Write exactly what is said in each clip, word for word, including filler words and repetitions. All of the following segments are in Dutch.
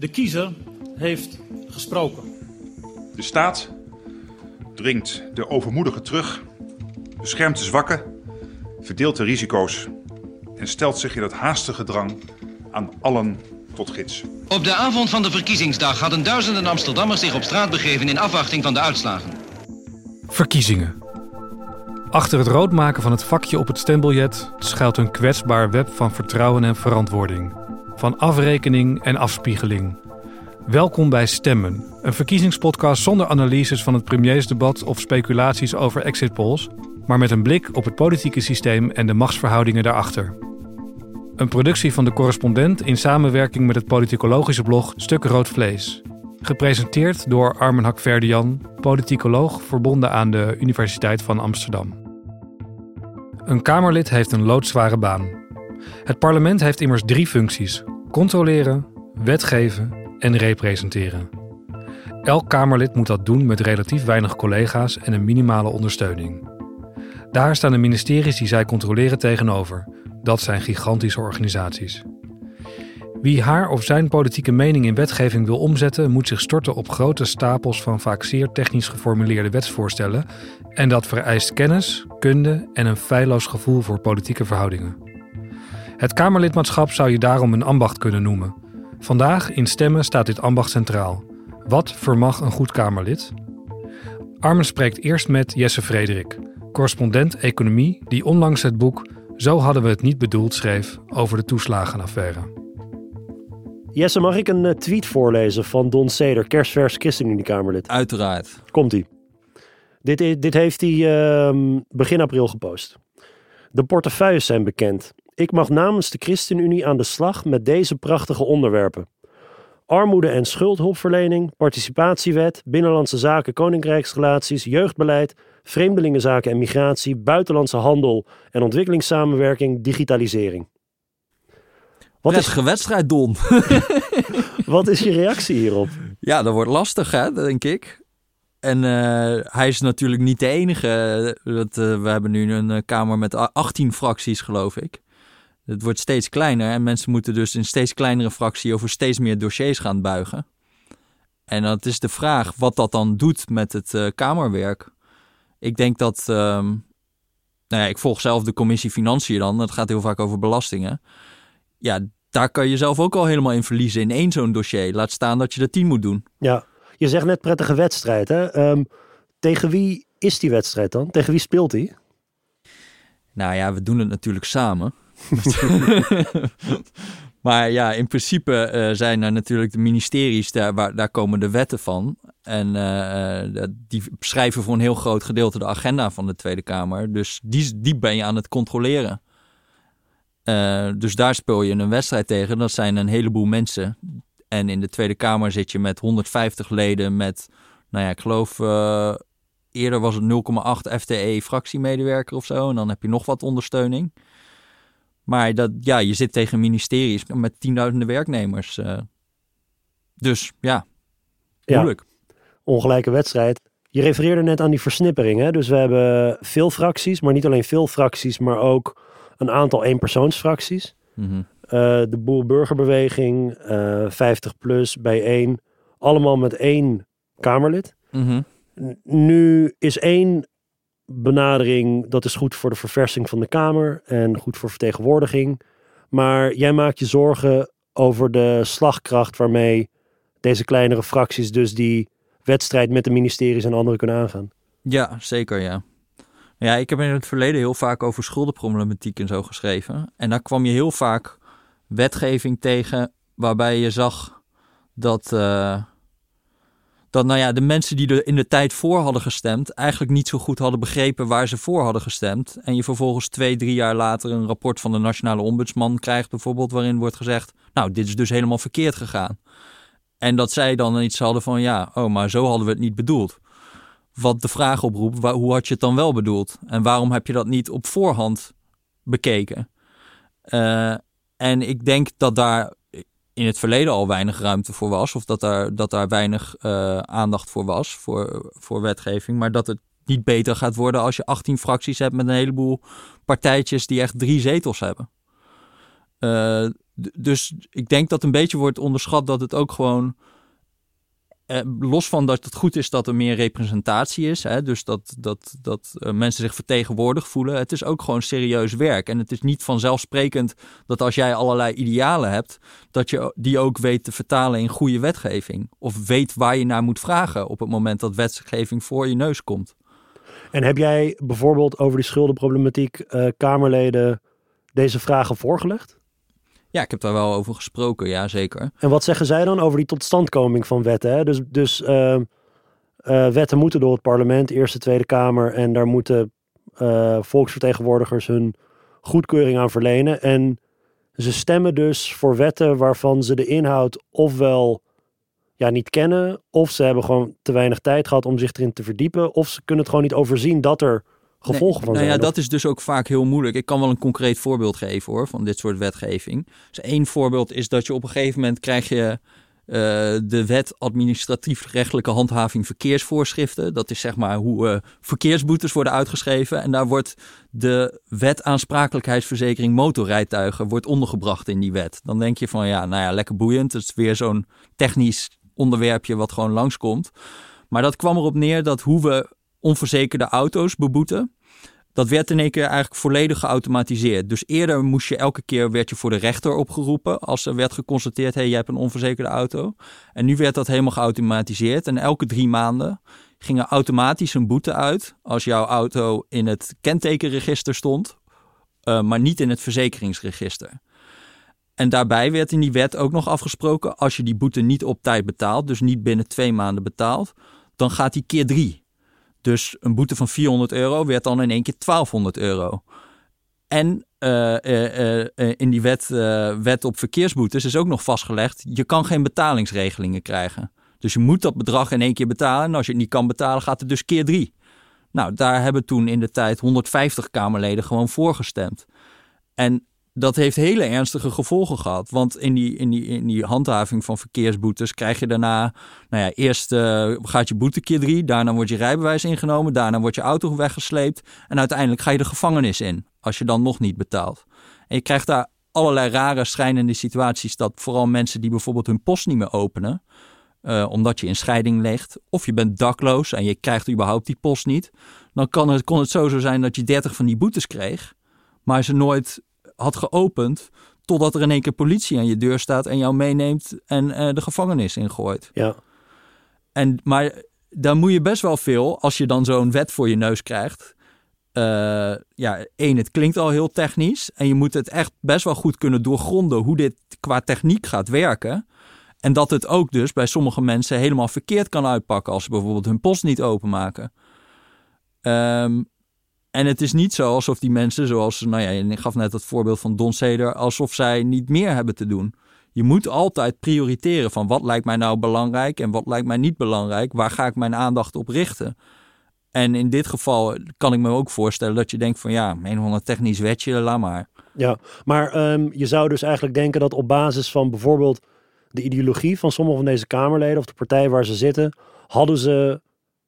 De kiezer heeft gesproken. De staat dringt de overmoedigen terug, beschermt de zwakken, verdeelt de risico's en stelt zich in het haastige drang aan allen tot gids. Op de avond van de verkiezingsdag hadden duizenden Amsterdammers zich op straat begeven in afwachting van de uitslagen. Verkiezingen. Achter het roodmaken van het vakje op het stembiljet schuilt een kwetsbaar web van vertrouwen en verantwoording. Van afrekening en afspiegeling. Welkom bij Stemmen, een verkiezingspodcast zonder analyses van het premiersdebat of speculaties over exit polls, maar met een blik op het politieke systeem en de machtsverhoudingen daarachter. Een productie van De Correspondent in samenwerking met het politicologische blog Stuk Rood Vlees. Gepresenteerd door Armen Hakverdian, politicoloog verbonden aan de Universiteit van Amsterdam. Een Kamerlid heeft een loodzware baan. Het parlement heeft immers drie functies: controleren, wetgeven en representeren. Elk Kamerlid moet dat doen met relatief weinig collega's en een minimale ondersteuning. Daar staan de ministeries die zij controleren tegenover. Dat zijn gigantische organisaties. Wie haar of zijn politieke mening in wetgeving wil omzetten, moet zich storten op grote stapels van vaak zeer technisch geformuleerde wetsvoorstellen. En dat vereist kennis, kunde en een feilloos gevoel voor politieke verhoudingen. Het Kamerlidmaatschap zou je daarom een ambacht kunnen noemen. Vandaag in Stemmen staat dit ambacht centraal. Wat vermag een goed Kamerlid? Armen spreekt eerst met Jesse Frederik, correspondent economie, die onlangs het boek Zo hadden we het niet bedoeld schreef over de toeslagenaffaire. Jesse, mag ik een tweet voorlezen van Don Seder, kerstvers ChristenUnie-Kamerlid? Uiteraard. Komt-ie. Dit, dit heeft hij uh, begin april gepost. De portefeuilles zijn bekend. Ik mag namens de ChristenUnie aan de slag met deze prachtige onderwerpen. Armoede- en schuldhulpverlening, participatiewet, binnenlandse zaken, koninkrijksrelaties, jeugdbeleid, vreemdelingenzaken en migratie, buitenlandse handel en ontwikkelingssamenwerking, digitalisering. Wat is een wedstrijd, Don? Wat is je reactie hierop? Ja, dat wordt lastig, hè, denk ik. En uh, hij is natuurlijk niet de enige. Dat, uh, we hebben nu een uh, Kamer met achttien fracties, geloof ik. Het wordt steeds kleiner en mensen moeten dus in steeds kleinere fractie over steeds meer dossiers gaan buigen. En dat is de vraag wat dat dan doet met het uh, Kamerwerk. Ik denk dat, uh, nou ja, ik volg zelf de commissie Financiën dan. Dat gaat heel vaak over belastingen. Ja, daar kan je zelf ook al helemaal in verliezen in één zo'n dossier. Laat staan dat je er tien moet doen. Ja, je zegt net prettige wedstrijd, hè? Um, tegen wie is die wedstrijd dan? Tegen wie speelt die? Nou ja, we doen het natuurlijk samen. Maar ja, in principe uh, zijn er natuurlijk de ministeries, daar, waar, daar komen de wetten van. En uh, die schrijven voor een heel groot gedeelte de agenda van de Tweede Kamer. Dus die, die ben je aan het controleren. Uh, dus daar speel je een wedstrijd tegen. Dat zijn een heleboel mensen. En in de Tweede Kamer zit je met honderdvijftig leden met, nou ja, ik geloof, uh, eerder was het nul komma acht F T E fractiemedewerker of zo. En dan heb je nog wat ondersteuning. Maar dat, ja, je zit tegen ministeries met tienduizenden werknemers. Uh, dus ja, moeilijk. Ja, ongelijke wedstrijd. Je refereerde net aan die versnippering, hè? Dus we hebben veel fracties, maar niet alleen veel fracties, maar ook een aantal eenpersoonsfracties. Mm-hmm. Uh, de boer-burgerbeweging, uh, vijftig plus, bijeen. Allemaal met één Kamerlid. Mm-hmm. N- nu is één benadering, dat is goed voor de verversing van de Kamer en goed voor vertegenwoordiging. Maar jij maakt je zorgen over de slagkracht waarmee deze kleinere fracties dus die wedstrijd met de ministeries en anderen kunnen aangaan. Ja, zeker ja. Ja, ik heb in het verleden heel vaak over schuldenproblematiek en zo geschreven. En daar kwam je heel vaak wetgeving tegen waarbij je zag dat, uh, dat nou ja, de mensen die er in de tijd voor hadden gestemd eigenlijk niet zo goed hadden begrepen waar ze voor hadden gestemd. En je vervolgens twee, drie jaar later een rapport van de Nationale Ombudsman krijgt bijvoorbeeld waarin wordt gezegd, nou, dit is dus helemaal verkeerd gegaan. En dat zij dan iets hadden van, ja, oh, maar zo hadden we het niet bedoeld. Wat de vraag oproept, waar, hoe had je het dan wel bedoeld? En waarom heb je dat niet op voorhand bekeken? Uh, en ik denk dat daar in het verleden al weinig ruimte voor was. Of dat daar, dat daar weinig uh, aandacht voor was, voor, voor wetgeving. Maar dat het niet beter gaat worden als je achttien fracties hebt met een heleboel partijtjes die echt drie zetels hebben. Uh, D- dus ik denk dat een beetje wordt onderschat dat het ook gewoon... Eh, los van dat het goed is dat er meer representatie is. Hè, dus dat, dat, dat uh, mensen zich vertegenwoordigd voelen. Het is ook gewoon serieus werk. En het is niet vanzelfsprekend dat als jij allerlei idealen hebt... dat je die ook weet te vertalen in goede wetgeving. Of weet waar je naar moet vragen op het moment dat wetgeving voor je neus komt. En heb jij bijvoorbeeld over die schuldenproblematiek uh, Kamerleden deze vragen voorgelegd? Ja, ik heb daar wel over gesproken, ja zeker. En wat zeggen zij dan over die totstandkoming van wetten? Hè? Dus, dus uh, uh, wetten moeten door het parlement, Eerste, Tweede Kamer... en daar moeten uh, volksvertegenwoordigers hun goedkeuring aan verlenen. En ze stemmen dus voor wetten waarvan ze de inhoud ofwel ja, niet kennen... of ze hebben gewoon te weinig tijd gehad om zich erin te verdiepen... of ze kunnen het gewoon niet overzien dat er... gevolgen nee, van nou zijn. ja, Of... dat is dus ook vaak heel moeilijk. Ik kan wel een concreet voorbeeld geven hoor, van dit soort wetgeving. Dus één voorbeeld is dat je op een gegeven moment krijg je uh, de wet administratief-rechtelijke handhaving verkeersvoorschriften. Dat is zeg maar hoe uh, verkeersboetes worden uitgeschreven. En daar wordt de wet aansprakelijkheidsverzekering motorrijtuigen wordt ondergebracht in die wet. Dan denk je van ja, nou ja, lekker boeiend. Het is weer zo'n technisch onderwerpje wat gewoon langskomt. Maar dat kwam erop neer dat hoe we onverzekerde auto's beboeten. Dat werd in één keer eigenlijk volledig geautomatiseerd. Dus eerder moest je elke keer werd je voor de rechter opgeroepen als er werd geconstateerd, hé, hey, jij hebt een onverzekerde auto. En nu werd dat helemaal geautomatiseerd. En elke drie maanden ging er automatisch een boete uit als jouw auto in het kentekenregister stond, uh, maar niet in het verzekeringsregister. En daarbij werd in die wet ook nog afgesproken, als je die boete niet op tijd betaalt, dus niet binnen twee maanden betaalt, dan gaat die keer drie. Dus een boete van vierhonderd euro werd dan in één keer twaalfhonderd euro. En uh, uh, uh, in die wet, uh, wet op verkeersboetes is ook nog vastgelegd, je kan geen betalingsregelingen krijgen. Dus je moet dat bedrag in één keer betalen. En als je het niet kan betalen, gaat het dus keer drie. Nou, daar hebben toen in de tijd honderdvijftig Kamerleden gewoon voor gestemd. En dat heeft hele ernstige gevolgen gehad. Want in die, in die, in die handhaving van verkeersboetes krijg je daarna... Nou ja, eerst uh, gaat je boete keer drie. Daarna wordt je rijbewijs ingenomen. Daarna wordt je auto weggesleept. En uiteindelijk ga je de gevangenis in. Als je dan nog niet betaalt. En je krijgt daar allerlei rare schrijnende situaties. Dat vooral mensen die bijvoorbeeld hun post niet meer openen. Uh, omdat je in scheiding ligt. Of je bent dakloos en je krijgt überhaupt die post niet. Dan kan het, kon het zo zo zijn dat je dertig van die boetes kreeg. Maar ze nooit had geopend, totdat er in één keer politie aan je deur staat en jou meeneemt en uh, de gevangenis ingooit. Ja. En, maar dan moet je best wel veel, als je dan zo'n wet voor je neus krijgt. Uh, ja, één, het klinkt al heel technisch en je moet het echt best wel goed kunnen doorgronden hoe dit qua techniek gaat werken. En dat het ook dus bij sommige mensen helemaal verkeerd kan uitpakken als ze bijvoorbeeld hun post niet openmaken. Um, En het is niet zo alsof die mensen, zoals, nou ja, ik gaf net het voorbeeld van Don Seder, alsof zij niet meer hebben te doen. Je moet altijd prioriteren van wat lijkt mij nou belangrijk en wat lijkt mij niet belangrijk. Waar ga ik mijn aandacht op richten? En in dit geval kan ik me ook voorstellen dat je denkt van ja, een of ander technisch wetje, laat maar. Ja, maar um, je zou dus eigenlijk denken dat op basis van bijvoorbeeld de ideologie van sommige van deze Kamerleden of de partij waar ze zitten, hadden ze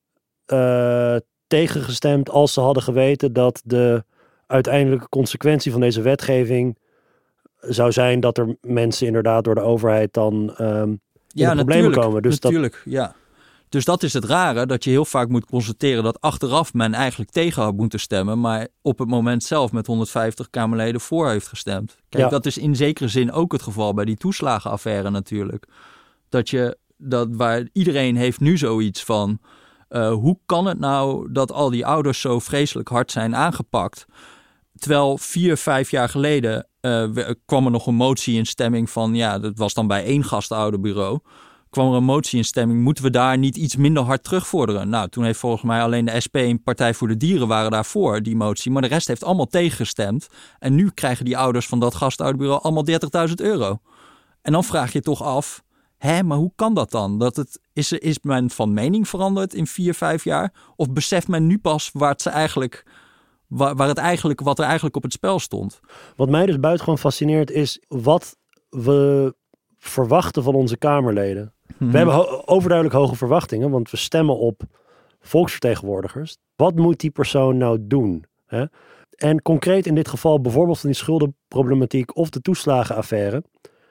Uh, tegengestemd als ze hadden geweten dat de uiteindelijke consequentie van deze wetgeving zou zijn dat er mensen inderdaad door de overheid dan um, in ja, de problemen komen. Dus natuurlijk, dat... ja. Dus dat is het rare, dat je heel vaak moet constateren dat achteraf men eigenlijk tegen had moeten stemmen, maar op het moment zelf met honderdvijftig Kamerleden voor heeft gestemd. Kijk, ja. Dat is in zekere zin ook het geval bij die toeslagenaffaire natuurlijk. Dat je, dat waar iedereen heeft nu zoiets van, Uh, hoe kan het nou dat al die ouders zo vreselijk hard zijn aangepakt? Terwijl vier, vijf jaar geleden uh, kwam er nog een motie in stemming van, ja, dat was dan bij één gastouderbureau. Kwam er een motie in stemming, moeten we daar niet iets minder hard terugvorderen? Nou, toen heeft volgens mij alleen de S P en Partij voor de Dieren waren daarvoor, die motie. Maar de rest heeft allemaal tegengestemd. En nu krijgen die ouders van dat gastouderbureau allemaal dertigduizend euro. En dan vraag je toch af, hé, maar hoe kan dat dan? Dat het, is, is men van mening veranderd in vier, vijf jaar? Of beseft men nu pas waar het, ze eigenlijk, waar, waar het eigenlijk, wat er eigenlijk op het spel stond? Wat mij dus buitengewoon fascineert is wat we verwachten van onze Kamerleden. Mm-hmm. We hebben ho- overduidelijk hoge verwachtingen, want we stemmen op volksvertegenwoordigers. Wat moet die persoon nou doen? Hè? En concreet in dit geval bijvoorbeeld van die schuldenproblematiek of de toeslagenaffaire.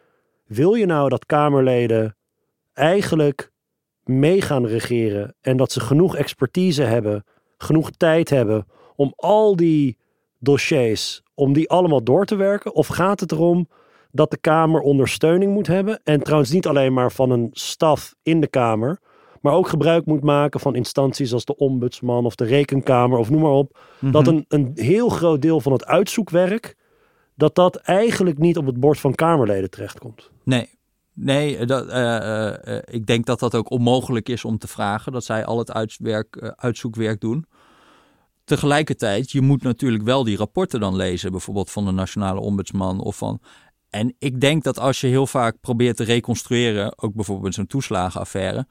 Wil je nou dat Kamerleden eigenlijk mee gaan regeren en dat ze genoeg expertise hebben, genoeg tijd hebben om al die dossiers, om die allemaal door te werken? Of gaat het erom dat de Kamer ondersteuning moet hebben en trouwens niet alleen maar van een staf in de Kamer, maar ook gebruik moet maken van instanties als de ombudsman of de rekenkamer of noem maar op. Mm-hmm. Dat een, een heel groot deel van het uitzoekwerk, dat dat eigenlijk niet op het bord van Kamerleden terechtkomt. Nee, nee dat, uh, uh, ik denk dat dat ook onmogelijk is om te vragen, dat zij al het uitwerk, uh, uitzoekwerk doen. Tegelijkertijd, je moet natuurlijk wel die rapporten dan lezen, bijvoorbeeld van de Nationale Ombudsman of van... En ik denk dat als je heel vaak probeert te reconstrueren, ook bijvoorbeeld zo'n toeslagenaffaire,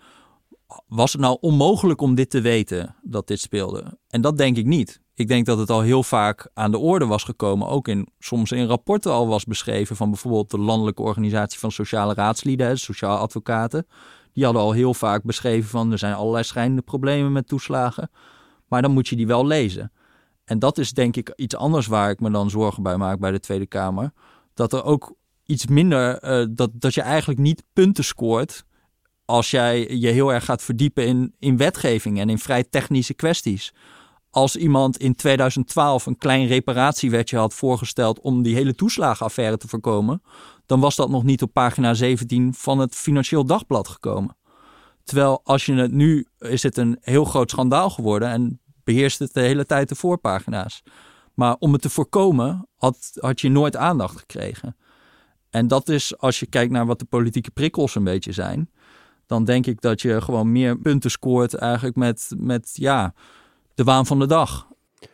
was het nou onmogelijk om dit te weten, dat dit speelde? En dat denk ik niet. Ik denk dat het al heel vaak aan de orde was gekomen, ook in, soms in rapporten al was beschreven van bijvoorbeeld de Landelijke Organisatie van Sociale Raadslieden, sociaal advocaten. Die hadden al heel vaak beschreven van er zijn allerlei schijnende problemen met toeslagen, maar dan moet je die wel lezen. En dat is denk ik iets anders waar ik me dan zorgen bij maak bij de Tweede Kamer. Dat er ook iets minder, uh, dat, dat je eigenlijk niet punten scoort als jij je heel erg gaat verdiepen in, in wetgeving en in vrij technische kwesties. Als iemand in tweeduizend twaalf een klein reparatiewetje had voorgesteld om die hele toeslagenaffaire te voorkomen, dan was dat nog niet op pagina zeventien van het Financieel Dagblad gekomen. Terwijl als je het nu, is het een heel groot schandaal geworden en beheerst het de hele tijd de voorpagina's. Maar om het te voorkomen had, had je nooit aandacht gekregen. En dat is, als je kijkt naar wat de politieke prikkels een beetje zijn, dan denk ik dat je gewoon meer punten scoort eigenlijk met, met ja, de waan van de dag.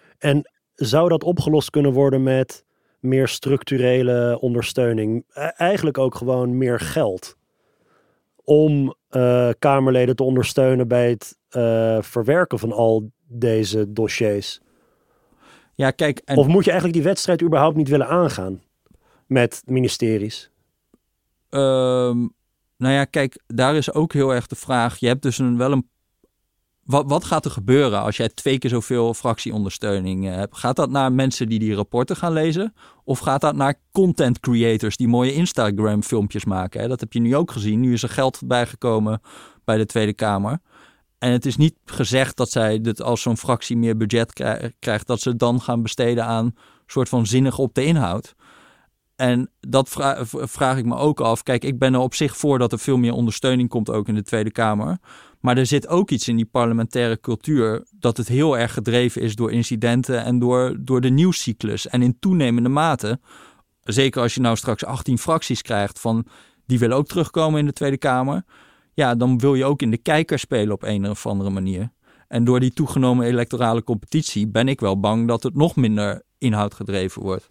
En zou dat opgelost kunnen worden met meer structurele ondersteuning? Eigenlijk ook gewoon meer geld om uh, Kamerleden te ondersteunen bij het uh, verwerken van al deze dossiers? Ja, kijk, en... Of moet je eigenlijk die wedstrijd überhaupt niet willen aangaan met ministeries? Um, nou ja, kijk, daar is ook heel erg de vraag. Je hebt dus een, wel een... Wat, wat gaat er gebeuren als jij twee keer zoveel fractieondersteuning hebt? Gaat dat naar mensen die die rapporten gaan lezen? Of gaat dat naar content creators die mooie Instagram filmpjes maken? Hè? Dat heb je nu ook gezien. Nu is er geld bijgekomen bij de Tweede Kamer. En het is niet gezegd dat zij, dit als zo'n fractie meer budget krijgt, dat ze het dan gaan besteden aan een soort van zinnig op de inhoud. En dat vra- vraag ik me ook af. Kijk, ik ben er op zich voor dat er veel meer ondersteuning komt ook in de Tweede Kamer. Maar er zit ook iets in die parlementaire cultuur dat het heel erg gedreven is door incidenten en door, door de nieuwscyclus. En in toenemende mate, zeker als je nou straks achttien fracties krijgt van die willen ook terugkomen in de Tweede Kamer. Ja, dan wil je ook in de kijker spelen op een of andere manier. En door die toegenomen electorale competitie ben ik wel bang dat het nog minder inhoud gedreven wordt.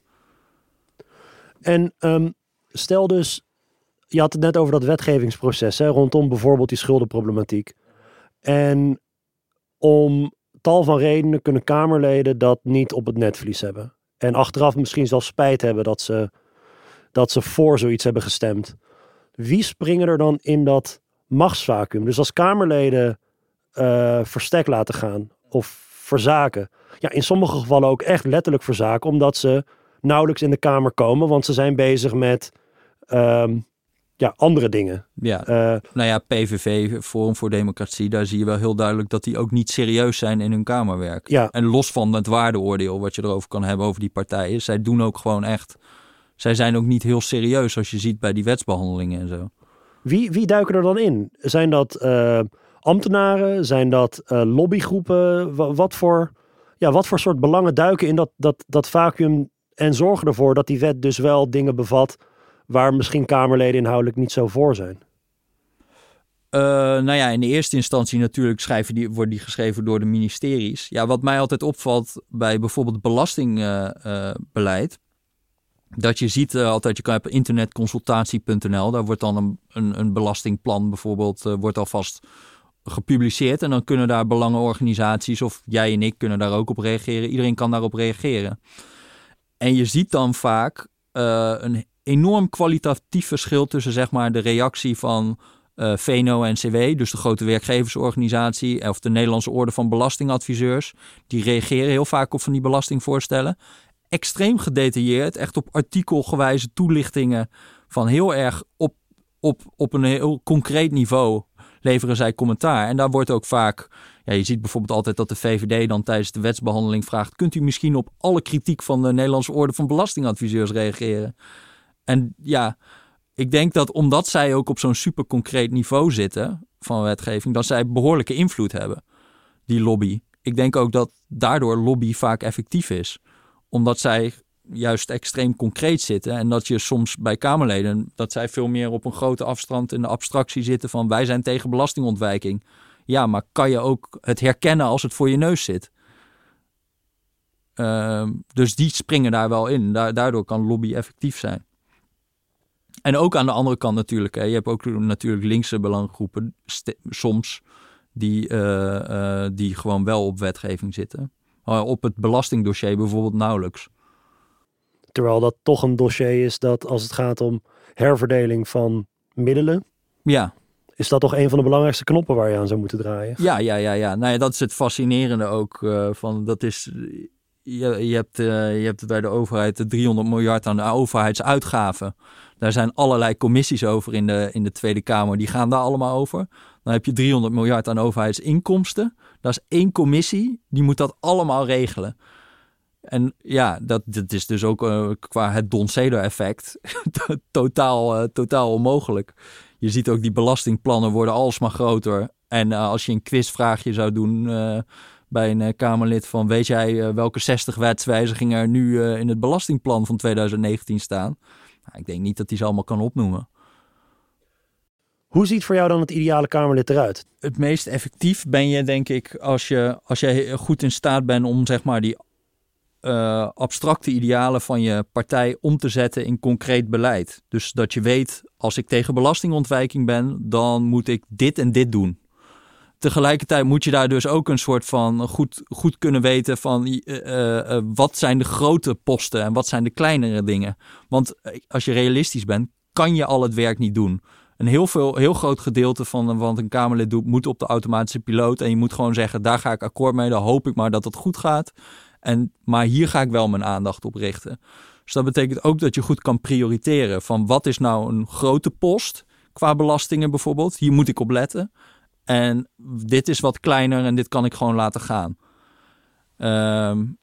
En um, stel dus, je had het net over dat wetgevingsproces, hè, rondom bijvoorbeeld die schuldenproblematiek. En om tal van redenen kunnen Kamerleden dat niet op het netvlies hebben. En achteraf misschien zelfs spijt hebben dat ze, dat ze voor zoiets hebben gestemd. Wie springen er dan in dat machtsvacuum? Dus als Kamerleden uh, verstek laten gaan of verzaken. Ja, in sommige gevallen ook echt letterlijk verzaken, omdat ze nauwelijks in de Kamer komen, want ze zijn bezig met um, ja, andere dingen. Ja, uh, nou ja, P V V, Forum voor Democratie, daar zie je wel heel duidelijk dat die ook niet serieus zijn in hun Kamerwerk. Ja. En los van het waardeoordeel wat je erover kan hebben over die partijen, zij doen ook gewoon echt, zij zijn ook niet heel serieus als je ziet bij die wetsbehandelingen en zo. Wie, wie duiken er dan in? Zijn dat uh, ambtenaren? Zijn dat uh, lobbygroepen? W- wat, voor, ja, wat voor soort belangen duiken in dat, dat, dat vacuüm en zorgen ervoor dat die wet dus wel dingen bevat waar misschien Kamerleden inhoudelijk niet zo voor zijn? Uh, nou ja, in de eerste instantie natuurlijk schrijven die, worden die geschreven door de ministeries. Ja, wat mij altijd opvalt bij bijvoorbeeld belastingbeleid, uh, uh, dat je ziet uh, altijd, je kan op internetconsultatie punt n l, daar wordt dan een, een, een belastingplan bijvoorbeeld, uh, wordt alvast gepubliceerd. En dan kunnen daar belangenorganisaties of jij en ik kunnen daar ook op reageren. Iedereen kan daarop reageren. En je ziet dan vaak uh, een enorm kwalitatief verschil tussen zeg maar de reactie van uh, V N O N C W, dus de grote werkgeversorganisatie, of de Nederlandse Orde van Belastingadviseurs, die reageren heel vaak op van die belastingvoorstellen. Extreem gedetailleerd, echt op artikelgewijze toelichtingen van heel erg op, op, op een heel concreet niveau leveren zij commentaar. En daar wordt ook vaak, ja, je ziet bijvoorbeeld altijd dat de V V D dan tijdens de wetsbehandeling vraagt, kunt u misschien op alle kritiek van de Nederlandse Orde van Belastingadviseurs reageren? En ja, ik denk dat omdat zij ook op zo'n super concreet niveau zitten van wetgeving, dat zij behoorlijke invloed hebben, die lobby. Ik denk ook dat daardoor lobby vaak effectief is. Omdat zij juist extreem concreet zitten. En dat je soms bij Kamerleden, dat zij veel meer op een grote afstand in de abstractie zitten van wij zijn tegen belastingontwijking. Ja, maar kan je ook het herkennen als het voor je neus zit? Uh, dus die springen daar wel in. Daardoor kan lobby effectief zijn. En ook aan de andere kant natuurlijk. Hè, je hebt ook natuurlijk linkse belangengroepen st- soms die, uh, uh, die gewoon wel op wetgeving zitten. Uh, op het belastingdossier bijvoorbeeld nauwelijks. Terwijl dat toch een dossier is dat als het gaat om herverdeling van middelen. Ja. Is dat toch een van de belangrijkste knoppen waar je aan zou moeten draaien? Ja, ja, ja, ja. Nou ja, dat is het fascinerende ook. Uh, van, dat is, je, je, hebt, uh, je hebt bij de overheid de driehonderd miljard aan de overheidsuitgaven. Daar zijn allerlei commissies over in de, in de Tweede Kamer. Die gaan daar allemaal over. Dan heb je driehonderd miljard aan overheidsinkomsten. Dat is één commissie. Die moet dat allemaal regelen. En ja, dat, dat is dus ook uh, qua het Don Ceder effect totaal, uh, totaal onmogelijk. Je ziet ook die belastingplannen worden alsmaar groter. En uh, als je een quizvraagje zou doen uh, bij een uh, Kamerlid van weet jij uh, welke zestig wetswijzigingen er nu uh, in het belastingplan van twintig negentien staan? Nou, ik denk niet dat hij ze allemaal kan opnoemen. Hoe ziet voor jou dan het ideale Kamerlid eruit? Het meest effectief ben je denk ik als je, als je goed in staat bent om zeg maar die Uh, abstracte idealen van je partij om te zetten in concreet beleid. Dus dat je weet, als ik tegen belastingontwijking ben, dan moet ik dit en dit doen. Tegelijkertijd moet je daar dus ook een soort van goed, goed kunnen weten van uh, uh, wat zijn de grote posten en wat zijn de kleinere dingen. Want als je realistisch bent, kan je al het werk niet doen. Een heel, veel, heel groot gedeelte van wat een Kamerlid doet, moet op de automatische piloot. En je moet gewoon zeggen, daar ga ik akkoord mee, dan hoop ik maar dat het goed gaat. En, maar hier ga ik wel mijn aandacht op richten. Dus dat betekent ook dat je goed kan prioriteren. Van wat is nou een grote post qua belastingen bijvoorbeeld. Hier moet ik op letten. En dit is wat kleiner en dit kan ik gewoon laten gaan. Um,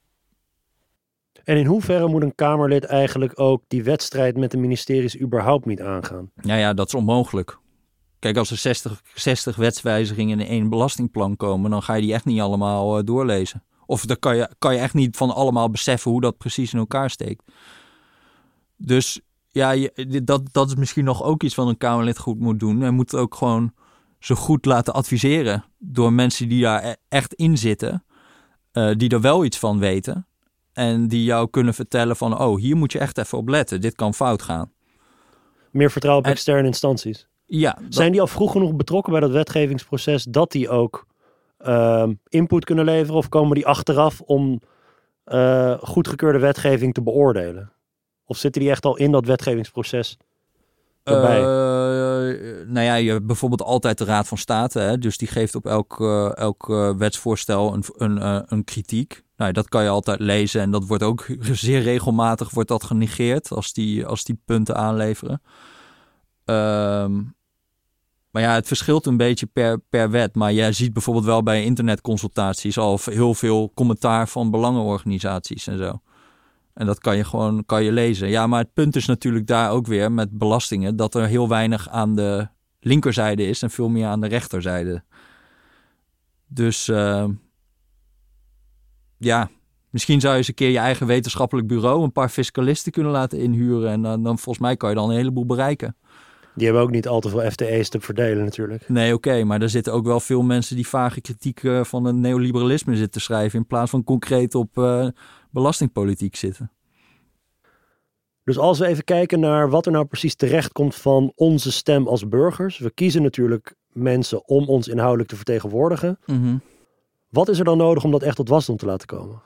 en in hoeverre moet een Kamerlid eigenlijk ook die wedstrijd met de ministeries überhaupt niet aangaan? Ja, ja, dat is onmogelijk. Kijk, als er zestig, zestig wetswijzigingen in één belastingplan komen, dan ga je die echt niet allemaal uh, doorlezen. Of dan kan je, kan je echt niet van allemaal beseffen hoe dat precies in elkaar steekt. Dus ja, je, dat, dat is misschien nog ook iets wat een Kamerlid goed moet doen. Hij moet ook gewoon zo goed laten adviseren door mensen die daar echt in zitten. Uh, die er wel iets van weten. En die jou kunnen vertellen van, oh, hier moet je echt even op letten. Dit kan fout gaan. Meer vertrouwen op en, externe instanties. Ja. Dat, Zijn die al vroeg genoeg betrokken bij dat wetgevingsproces dat die ook Uh, input kunnen leveren of komen die achteraf om uh, goedgekeurde wetgeving te beoordelen? Of zitten die echt al in dat wetgevingsproces erbij? Uh, nou ja, je hebt bijvoorbeeld altijd de Raad van State. Hè? Dus die geeft op elk, uh, elk uh, wetsvoorstel een, een, uh, een kritiek. Nou, dat kan je altijd lezen en dat wordt ook zeer regelmatig wordt dat genegeerd als die, als die punten aanleveren. Um, Maar ja, het verschilt een beetje per, per wet. Maar jij ziet bijvoorbeeld wel bij internetconsultaties al heel veel commentaar van belangenorganisaties en zo. En dat kan je gewoon kan je lezen. Ja, maar het punt is natuurlijk daar ook weer met belastingen dat er heel weinig aan de linkerzijde is en veel meer aan de rechterzijde. Dus uh, ja, misschien zou je eens een keer je eigen wetenschappelijk bureau een paar fiscalisten kunnen laten inhuren. En dan, dan volgens mij kan je dan een heleboel bereiken. Die hebben ook niet al te veel F T E's te verdelen natuurlijk. Nee, oké, okay, maar er zitten ook wel veel mensen die vage kritiek uh, van het neoliberalisme zitten schrijven in plaats van concreet op uh, belastingpolitiek zitten. Dus als we even kijken naar wat er nou precies terechtkomt van onze stem als burgers. We kiezen natuurlijk mensen om ons inhoudelijk te vertegenwoordigen. Mm-hmm. Wat is er dan nodig om dat echt tot wasdom te laten komen?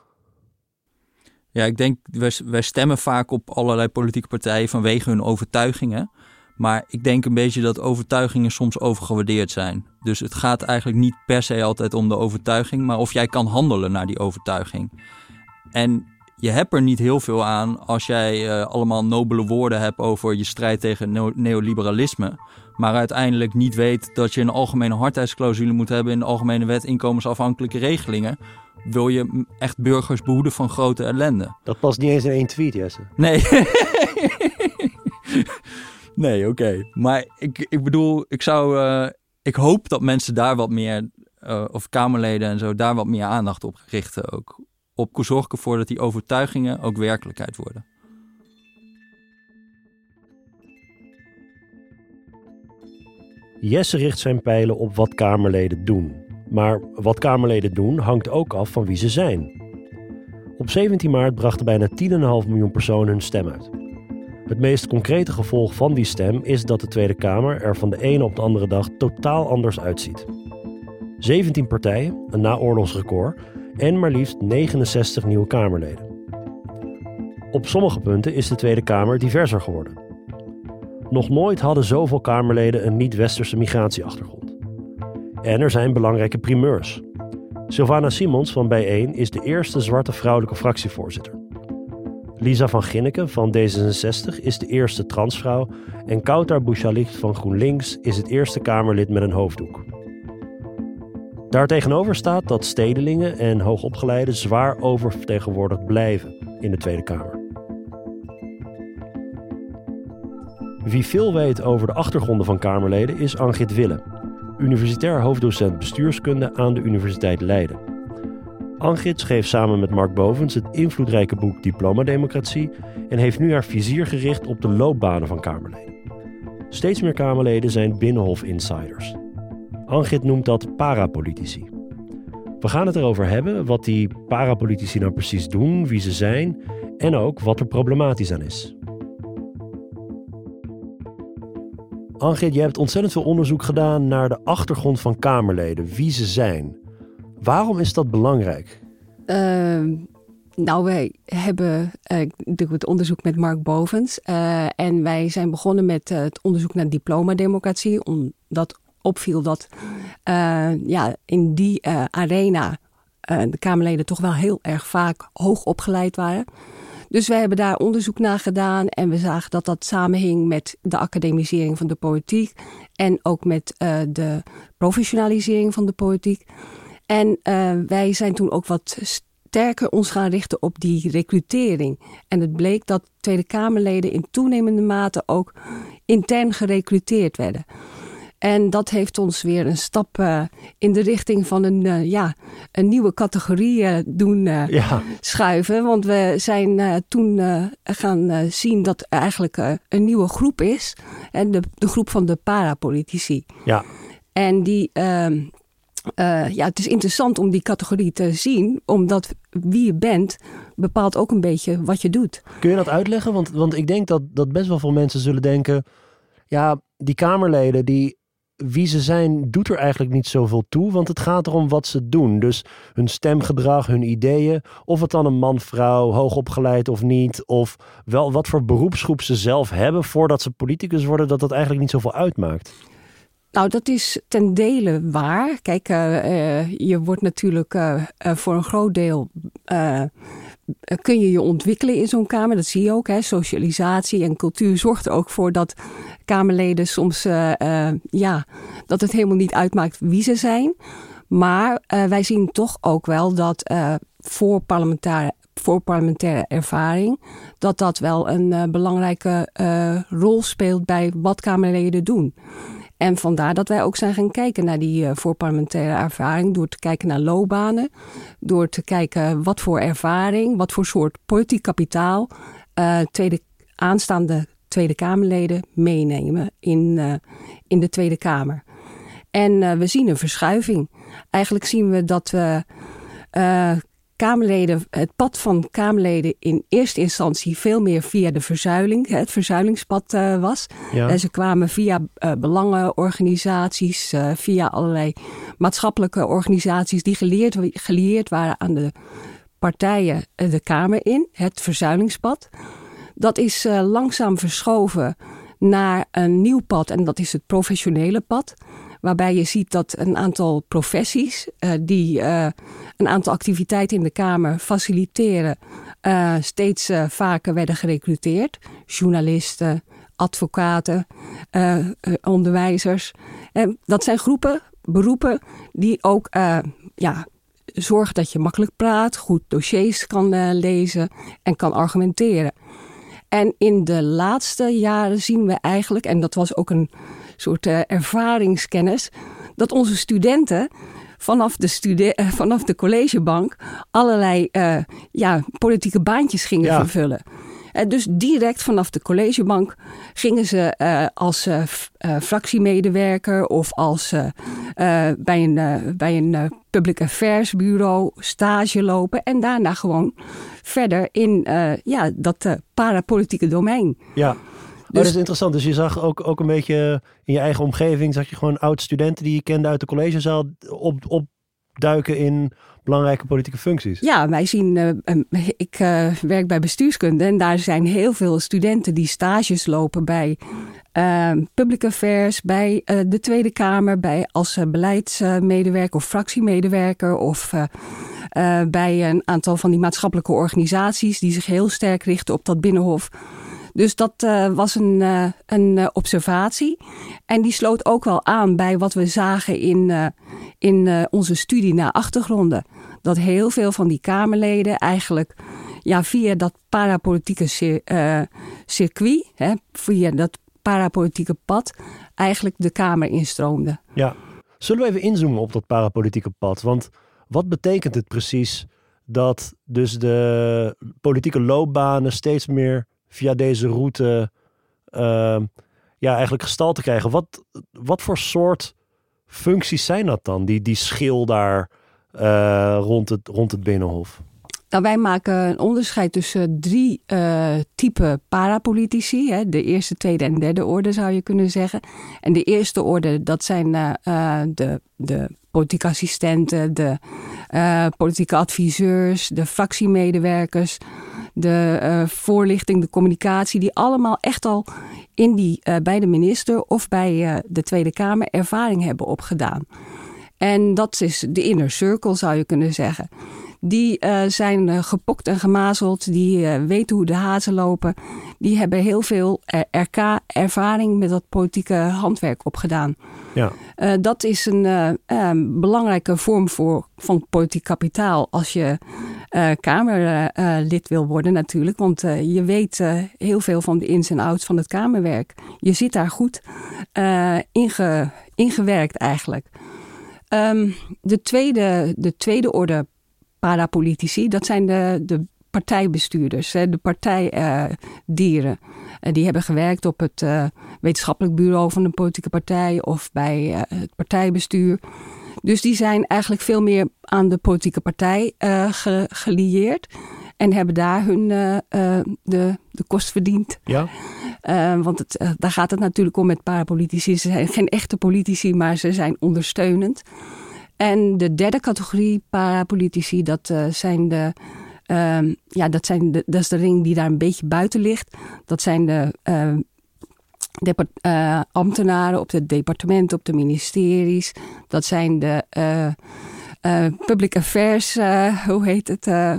Ja, ik denk, wij, wij stemmen vaak op allerlei politieke partijen vanwege hun overtuigingen. Maar ik denk een beetje dat overtuigingen soms overgewaardeerd zijn. Dus het gaat eigenlijk niet per se altijd om de overtuiging, maar of jij kan handelen naar die overtuiging. En je hebt er niet heel veel aan als jij uh, allemaal nobele woorden hebt over je strijd tegen neo- neoliberalisme. Maar uiteindelijk niet weet dat je een algemene hardheidsclausule moet hebben in de Algemene Wet inkomensafhankelijke regelingen. Wil je echt burgers behoeden van grote ellende? Dat past niet eens in één tweet, Jesse. Nee. nee, oké. Okay. Maar ik, ik bedoel, ik zou, uh, ik hoop dat mensen daar wat meer, uh, of Kamerleden en zo, daar wat meer aandacht op richten ook. Op zorg ervoor dat die overtuigingen ook werkelijkheid worden. Jesse richt zijn pijlen op wat Kamerleden doen. Maar wat Kamerleden doen hangt ook af van wie ze zijn. Op zeventien maart brachten bijna tien komma vijf miljoen personen hun stem uit. Het meest concrete gevolg van die stem is dat de Tweede Kamer er van de ene op de andere dag totaal anders uitziet. zeventien partijen, een naoorlogsrecord, en maar liefst negenenzestig nieuwe Kamerleden. Op sommige punten is de Tweede Kamer diverser geworden. Nog nooit hadden zoveel Kamerleden een niet-westerse migratieachtergrond. En er zijn belangrijke primeurs. Sylvana Simons van bijeen is de eerste zwarte vrouwelijke fractievoorzitter. Lisa van Ginneken van D zesenzestig is de eerste transvrouw en Kawtar Bouchalicht van GroenLinks is het eerste Kamerlid met een hoofddoek. Daartegenover staat dat stedelingen en hoogopgeleiden zwaar oververtegenwoordigd blijven in de Tweede Kamer. Wie veel weet over de achtergronden van Kamerleden is Angit Wille, universitair hoofddocent bestuurskunde aan de Universiteit Leiden. Angit schreef samen met Mark Bovens het invloedrijke boek Diplomademocratie en heeft nu haar vizier gericht op de loopbanen van Kamerleden. Steeds meer Kamerleden zijn binnenhof-insiders. Angit noemt dat parapolitici. We gaan het erover hebben wat die parapolitici nou precies doen, wie ze zijn en ook wat er problematisch aan is. Angit, je hebt ontzettend veel onderzoek gedaan naar de achtergrond van Kamerleden, wie ze zijn. Waarom is dat belangrijk? Uh, nou, wij hebben uh, het onderzoek met Mark Bovens. Uh, en wij zijn begonnen met uh, het onderzoek naar diplomademocratie. Omdat opviel dat uh, ja, in die uh, arena uh, de Kamerleden toch wel heel erg vaak hoog opgeleid waren. Dus wij hebben daar onderzoek naar gedaan en we zagen dat dat samenhing met de academisering van de politiek en ook met uh, de professionalisering van de politiek. En uh, wij zijn toen ook wat sterker ons gaan richten op die recrutering. En het bleek dat Tweede Kamerleden in toenemende mate ook intern gerecruiteerd werden. En dat heeft ons weer een stap uh, in de richting van een, uh, ja, een nieuwe categorie uh, doen uh, ja. schuiven. Want we zijn uh, toen uh, gaan uh, zien dat er eigenlijk uh, een nieuwe groep is. En de, de groep van de parapolitici. Ja. En die, uh, uh, ja, het is interessant om die categorie te zien. Omdat wie je bent bepaalt ook een beetje wat je doet. Kun je dat uitleggen? Want, want ik denk dat, dat best wel veel mensen zullen denken, ja, die Kamerleden, die, wie ze zijn, doet er eigenlijk niet zoveel toe. Want het gaat erom wat ze doen. Dus hun stemgedrag, hun ideeën. Of het dan een man, vrouw, hoogopgeleid of niet. Of wel wat voor beroepsgroep ze zelf hebben voordat ze politicus worden. Dat dat eigenlijk niet zoveel uitmaakt. Nou, dat is ten dele waar. Kijk, uh, uh, je wordt natuurlijk uh, uh, voor een groot deel Uh, kun je je ontwikkelen in zo'n kamer. Dat zie je ook. Hè? Socialisatie en cultuur zorgt er ook voor dat Kamerleden soms uh, uh, ja, dat het helemaal niet uitmaakt wie ze zijn. Maar uh, wij zien toch ook wel dat uh, voor parlementaire, voor parlementaire ervaring, dat dat wel een uh, belangrijke uh, rol speelt bij wat Kamerleden doen. En vandaar dat wij ook zijn gaan kijken naar die uh, voorparlementaire ervaring. Door te kijken naar loopbanen. Door te kijken wat voor ervaring, wat voor soort politiek kapitaal uh, tweede, aanstaande Tweede Kamerleden meenemen in, uh, in de Tweede Kamer. En uh, we zien een verschuiving. Eigenlijk zien we dat we uh, Kamerleden, het pad van Kamerleden in eerste instantie veel meer via de verzuiling, het verzuilingspad uh, was. Ja. En ze kwamen via uh, belangenorganisaties, uh, via allerlei maatschappelijke organisaties die geleerd, gelieerd waren aan de partijen uh, de Kamer in, het verzuilingspad. Dat is uh, langzaam verschoven naar een nieuw pad. En dat is het professionele pad. Waarbij je ziet dat een aantal professies uh, die uh, een aantal activiteiten in de Kamer faciliteren, uh, steeds uh, vaker werden gerecruiteerd. Journalisten, advocaten, uh, uh, onderwijzers. Uh, dat zijn groepen, beroepen die ook uh, ja, zorgen dat je makkelijk praat, goed dossiers kan uh, lezen en kan argumenteren. En in de laatste jaren zien we eigenlijk, en dat was ook een soort uh, ervaringskennis, dat onze studenten vanaf de, stude- uh, vanaf de collegebank allerlei uh, ja, politieke baantjes gingen ja. vervullen. Uh, dus direct vanaf de collegebank gingen ze uh, als uh, f- uh, fractiemedewerker of als uh, uh, bij een, uh, bij een uh, public affairs bureau stage lopen en daarna gewoon verder in uh, ja, dat uh, parapolitieke domein. Ja. Dus, oh, dat is interessant. Dus je zag ook, ook een beetje in je eigen omgeving, zag je gewoon oud-studenten die je kende uit de collegezaal op, opduiken in belangrijke politieke functies. Ja, wij zien, uh, ik uh, werk bij bestuurskunde en daar zijn heel veel studenten die stages lopen bij uh, public affairs, bij uh, de Tweede Kamer, bij als uh, beleidsmedewerker of fractiemedewerker of uh, uh, bij een aantal van die maatschappelijke organisaties die zich heel sterk richten op dat Binnenhof. Dus dat uh, was een, uh, een uh, observatie. En die sloot ook wel aan bij wat we zagen in, uh, in uh, onze studie naar achtergronden. Dat heel veel van die Kamerleden eigenlijk ja, via dat parapolitieke cir- uh, circuit, hè, via dat parapolitieke pad, eigenlijk de Kamer instroomden. Ja, zullen we even inzoomen op dat parapolitieke pad? Want wat betekent het precies dat dus de politieke loopbanen steeds meer via deze route uh, ja, eigenlijk gestalte krijgen? Wat, wat voor soort functies zijn dat dan, die, die schil daar uh, rond, het, rond het Binnenhof? Nou, wij maken een onderscheid tussen drie uh, typen parapolitici. Hè. De eerste, tweede en derde orde zou je kunnen zeggen. En de eerste orde, dat zijn uh, uh, de, de politieke assistenten, de uh, politieke adviseurs, de fractiemedewerkers, de uh, voorlichting, de communicatie, die allemaal echt al in die, uh, bij de minister of bij uh, de Tweede Kamer ervaring hebben opgedaan. En dat is de inner circle, zou je kunnen zeggen. Die uh, zijn uh, gepokt en gemazeld, die uh, weten hoe de hazen lopen. Die hebben heel veel R K-ervaring met dat politieke handwerk opgedaan. Ja. Uh, dat is een uh, uh, belangrijke vorm voor, van politiek kapitaal als je uh, Kamerlid uh, wil worden natuurlijk. Want uh, je weet uh, heel veel van de ins en outs van het Kamerwerk. Je zit daar goed uh, inge, ingewerkt eigenlijk. Um, de, tweede, de tweede orde parapolitici, dat zijn de, de partijbestuurders, de partijdieren. Uh, die hebben gewerkt op het uh, wetenschappelijk bureau van een politieke partij of bij uh, het partijbestuur. Dus die zijn eigenlijk veel meer aan de politieke partij uh, ge, gelieerd en hebben daar hun uh, uh, de, de kost verdiend. Ja. Uh, want het, uh, daar gaat het natuurlijk om met parapolitici. Ze zijn geen echte politici, maar ze zijn ondersteunend. En de derde categorie parapolitici, dat uh, zijn de, uh, ja, dat zijn de, dat is de ring die daar een beetje buiten ligt. Dat zijn de uh, depart, uh, ambtenaren op het departement, op de ministeries. Dat zijn de uh, uh, public affairs, uh, hoe heet het? Uh,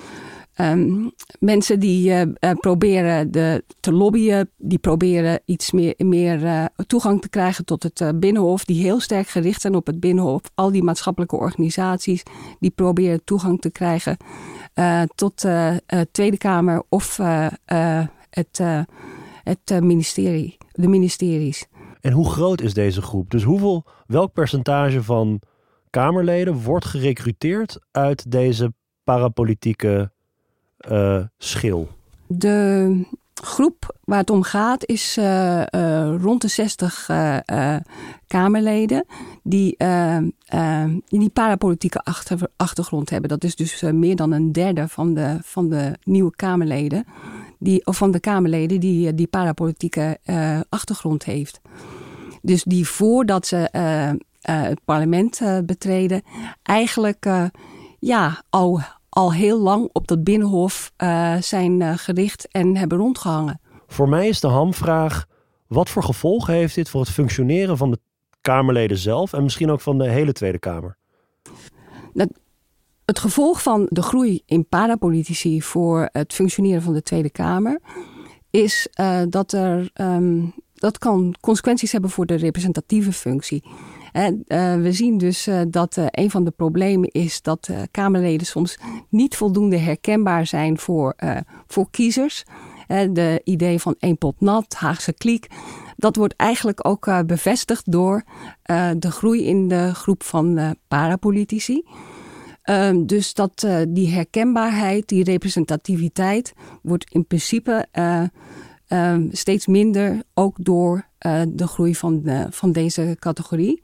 Um, mensen die uh, uh, proberen de, te lobbyen, die proberen iets meer, meer uh, toegang te krijgen tot het uh, Binnenhof, die heel sterk gericht zijn op het Binnenhof. Al die maatschappelijke organisaties, die proberen toegang te krijgen uh, tot uh, uh, Tweede Kamer of uh, uh, het, uh, het uh, ministerie, de ministeries. En hoe groot is deze groep? Dus hoeveel, welk percentage van Kamerleden wordt gerecruiteerd uit deze parapolitieke Uh, schil? De groep waar het om gaat is uh, uh, rond de zestig uh, uh, Kamerleden die, uh, uh, die parapolitieke achter, achtergrond hebben. Dat is dus uh, meer dan een derde van de, van de nieuwe Kamerleden, die, of van de Kamerleden die die parapolitieke uh, achtergrond heeft. Dus die voordat ze uh, uh, het parlement uh, betreden, eigenlijk uh, ja, al... al heel lang op dat Binnenhof uh, zijn uh, gericht en hebben rondgehangen. Voor mij is de hamvraag, Wat voor gevolgen heeft dit voor het functioneren van de Kamerleden zelf en misschien ook van de hele Tweede Kamer? Dat, het gevolg van de groei in parapolitici voor het functioneren van de Tweede Kamer is uh, dat er um, dat kan consequenties hebben voor de representatieve functie. En, uh, we zien dus uh, dat uh, een van de problemen is dat uh, Kamerleden soms niet voldoende herkenbaar zijn voor, uh, voor kiezers. Uh, de idee van één pot nat, Haagse kliek, dat wordt eigenlijk ook uh, bevestigd door uh, de groei in de groep van uh, parapolitici. Uh, dus dat uh, die herkenbaarheid, die representativiteit wordt in principe uh, uh, steeds minder, ook door uh, de groei van, uh, van deze categorie.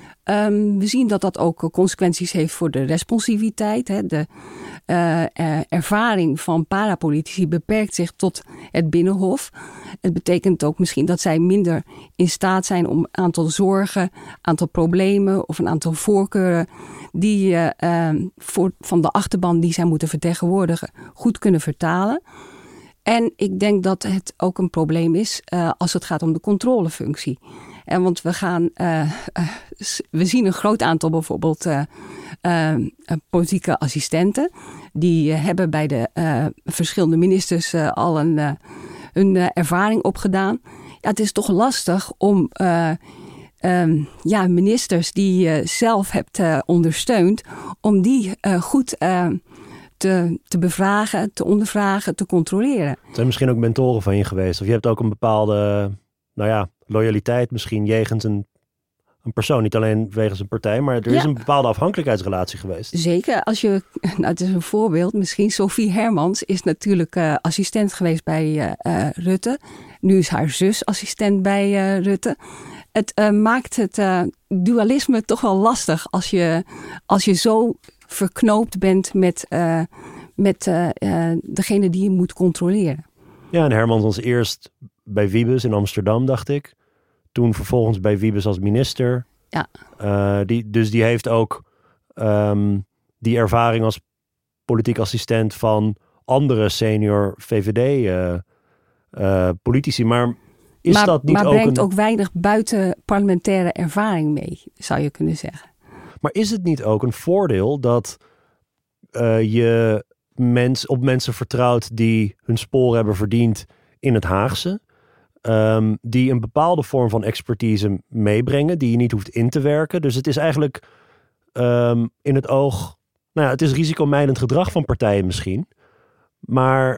Um, we zien dat dat ook consequenties heeft voor de responsiviteit. Hè. De uh, uh, ervaring van parapolitici beperkt zich tot het Binnenhof. Het betekent ook misschien dat zij minder in staat zijn om een aantal zorgen, aantal problemen of een aantal voorkeuren die uh, uh, voor, van de achterban die zij moeten vertegenwoordigen goed kunnen vertalen. En ik denk dat het ook een probleem is uh, als het gaat om de controlefunctie. En want we gaan, uh, uh, we zien een groot aantal bijvoorbeeld uh, uh, politieke assistenten. Die uh, hebben bij de uh, verschillende ministers uh, al een, uh, een uh, ervaring opgedaan. Ja, het is toch lastig om uh, um, ja, ministers die je zelf hebt uh, ondersteund, om die uh, goed uh, te, te bevragen, te ondervragen, te controleren. Het zijn misschien ook mentoren van je geweest. Of je hebt ook een bepaalde, nou ja, loyaliteit misschien jegens een, een persoon. Niet alleen wegens een partij, maar er is ja. een bepaalde afhankelijkheidsrelatie geweest. Zeker. Als je, nou, het is een voorbeeld. Misschien Sophie Hermans is natuurlijk uh, assistent geweest bij uh, uh, Rutte. Nu is haar zus assistent bij uh, Rutte. Het uh, maakt het uh, dualisme toch wel lastig als je, als je zo verknoopt bent met, uh, met uh, uh, degene die je moet controleren. Ja, en Hermans was eerst bij Wiebes in Amsterdam, dacht ik. Toen vervolgens bij Wiebes als minister. Ja. Uh, die, dus die heeft ook um, die ervaring als politiek assistent van andere senior V V D uh, uh, politici. Maar is maar, dat niet maar ook brengt een... ook weinig buitenparlementaire ervaring mee, zou je kunnen zeggen. Maar is het niet ook een voordeel dat uh, je mens, op mensen vertrouwt die hun sporen hebben verdiend in het Haagse? Um, die een bepaalde vorm van expertise meebrengen, die je niet hoeft in te werken. Dus het is eigenlijk um, in het oog, nou ja, het is risicomijdend gedrag van partijen misschien. Maar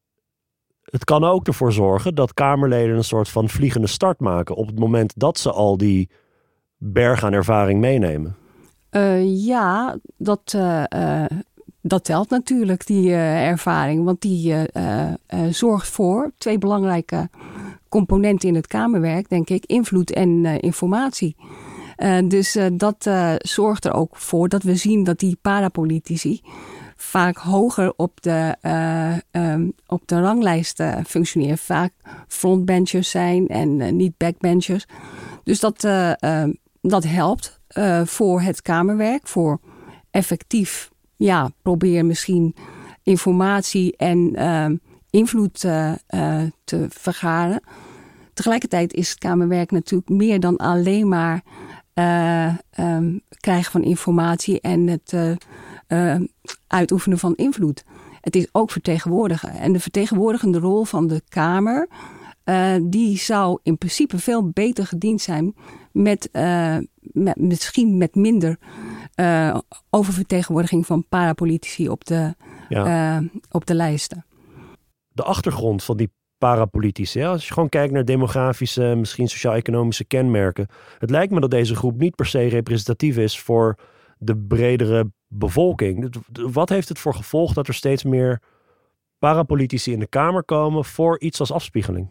het kan ook ervoor zorgen dat Kamerleden een soort van vliegende start maken op het moment dat ze al die berg aan ervaring meenemen. Uh, ja, dat, uh, uh, dat telt natuurlijk, die uh, ervaring. Want die uh, uh, zorgt voor twee belangrijke componenten in het Kamerwerk, denk ik. Invloed en uh, informatie. Uh, dus uh, dat uh, zorgt er ook voor dat we zien dat die parapolitici vaak hoger op de, uh, um, op de ranglijst uh, functioneren. Vaak frontbenchers zijn en uh, niet backbenchers. Dus dat, uh, uh, dat helpt uh, voor het Kamerwerk. Voor effectief, ja, proberen misschien informatie en uh, invloed uh, uh, te vergaren. Tegelijkertijd is het Kamerwerk natuurlijk meer dan alleen maar uh, um, krijgen van informatie en het uh, uh, uitoefenen van invloed. Het is ook vertegenwoordigen. En de vertegenwoordigende rol van de Kamer, uh, die zou in principe veel beter gediend zijn met, uh, met misschien met minder uh, oververtegenwoordiging van parapolitici op de, ja. uh, op de lijsten. De achtergrond van die parapolitici, als je gewoon kijkt naar demografische, misschien sociaal-economische kenmerken. Het lijkt me dat deze groep niet per se representatief is voor de bredere bevolking. Wat heeft het voor gevolg dat er steeds meer parapolitici in de Kamer komen voor iets als afspiegeling?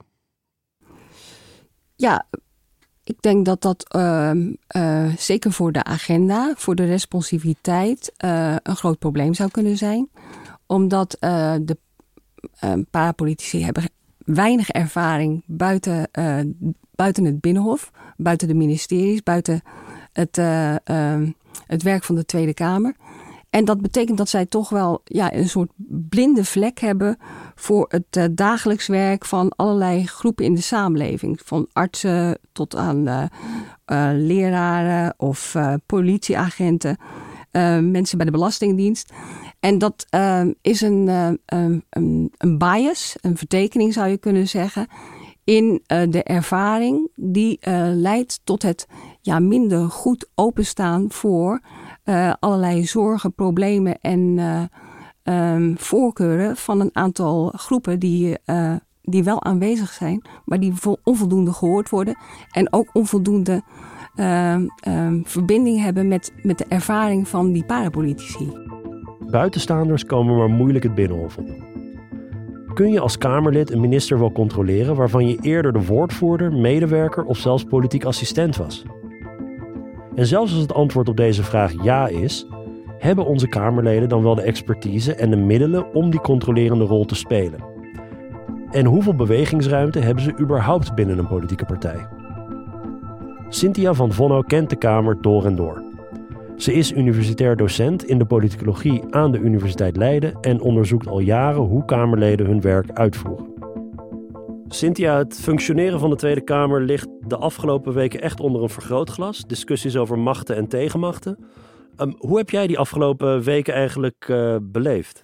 Ja, ik denk dat dat uh, uh, zeker voor de agenda, voor de responsiviteit uh, een groot probleem zou kunnen zijn. Omdat uh, de uh, parapolitici hebben weinig ervaring buiten, uh, buiten het Binnenhof, buiten de ministeries, buiten het, uh, uh, het werk van de Tweede Kamer. En dat betekent dat zij toch wel ja, een soort blinde vlek hebben voor het uh, dagelijks werk van allerlei groepen in de samenleving. Van artsen tot aan uh, uh, leraren of uh, politieagenten, uh, mensen bij de Belastingdienst. En dat uh, is een, uh, een, een bias, een vertekening zou je kunnen zeggen, in uh, de ervaring die uh, leidt tot het ja, minder goed openstaan voor uh, allerlei zorgen, problemen en uh, um, voorkeuren van een aantal groepen die, uh, die wel aanwezig zijn, maar die onvoldoende gehoord worden en ook onvoldoende uh, uh, verbinding hebben met, met de ervaring van die parapolitici. Buitenstaanders komen maar moeilijk het Binnenhof op. Kun je als Kamerlid een minister wel controleren waarvan je eerder de woordvoerder, medewerker of zelfs politiek assistent was? En zelfs als het antwoord op deze vraag ja is, hebben onze Kamerleden dan wel de expertise en de middelen om die controlerende rol te spelen? En hoeveel bewegingsruimte hebben ze überhaupt binnen een politieke partij? Cynthia van Vonno kent de Kamer door en door. Ze is universitair docent in de politicologie aan de Universiteit Leiden en onderzoekt al jaren hoe Kamerleden hun werk uitvoeren. Cynthia, het functioneren van de Tweede Kamer ligt de afgelopen weken echt onder een vergrootglas. Discussies over machten en tegenmachten. Um, hoe heb jij die afgelopen weken eigenlijk uh, beleefd?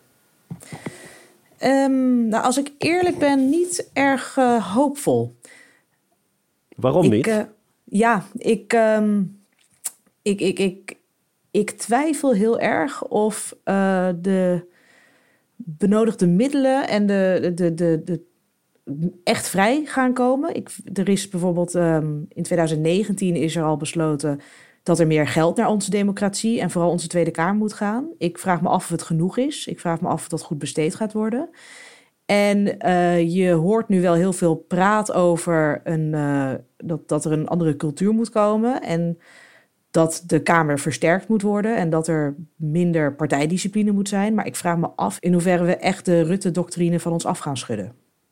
Um, nou, als ik eerlijk ben, niet erg uh, hoopvol. Waarom ik, niet? Uh, ja, ik, um, ik, ik, ik, ik twijfel heel erg of uh, de benodigde middelen en de, de, de, de echt vrij gaan komen. Ik, er is bijvoorbeeld um, in twintig negentien is er al besloten dat er meer geld naar onze democratie en vooral onze Tweede Kamer moet gaan. Ik vraag me af of het genoeg is. Ik vraag me af of dat goed besteed gaat worden. En uh, je hoort nu wel heel veel praat over een, uh, dat, dat er een andere cultuur moet komen en dat de Kamer versterkt moet worden en dat er minder partijdiscipline moet zijn. Maar ik vraag me af in hoeverre we echt de Rutte-doctrine van ons af gaan schudden.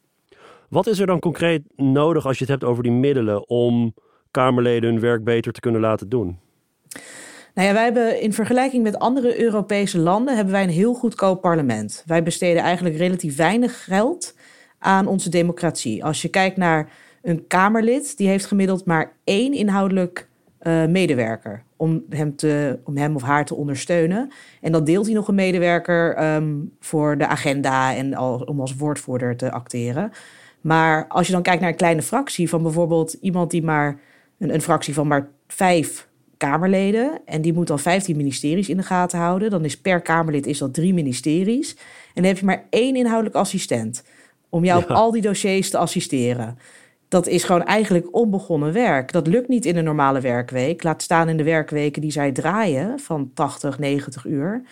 Wat is er dan concreet nodig als je het hebt over die middelen om Kamerleden hun werk beter te kunnen laten doen? Nou ja, wij hebben in vergelijking met andere Europese landen hebben wij een heel goedkoop parlement. Wij besteden eigenlijk relatief weinig geld aan onze democratie. Als je kijkt naar een Kamerlid, die heeft gemiddeld maar één inhoudelijk uh, medewerker om hem, te, om hem of haar te ondersteunen. En dan deelt hij nog een medewerker um, voor de agenda en al, om als woordvoerder te acteren. Maar als je dan kijkt naar een kleine fractie van bijvoorbeeld iemand die maar een, een fractie van maar vijf Kamerleden en die moet dan vijftien ministeries in de gaten houden. Dan is per Kamerlid is dat drie ministeries. En dan heb je maar één inhoudelijk assistent om jou ja. op al die dossiers te assisteren. Dat is gewoon eigenlijk onbegonnen werk. Dat lukt niet in een normale werkweek. Laat staan in de werkweken die zij draaien van tachtig, negentig uur.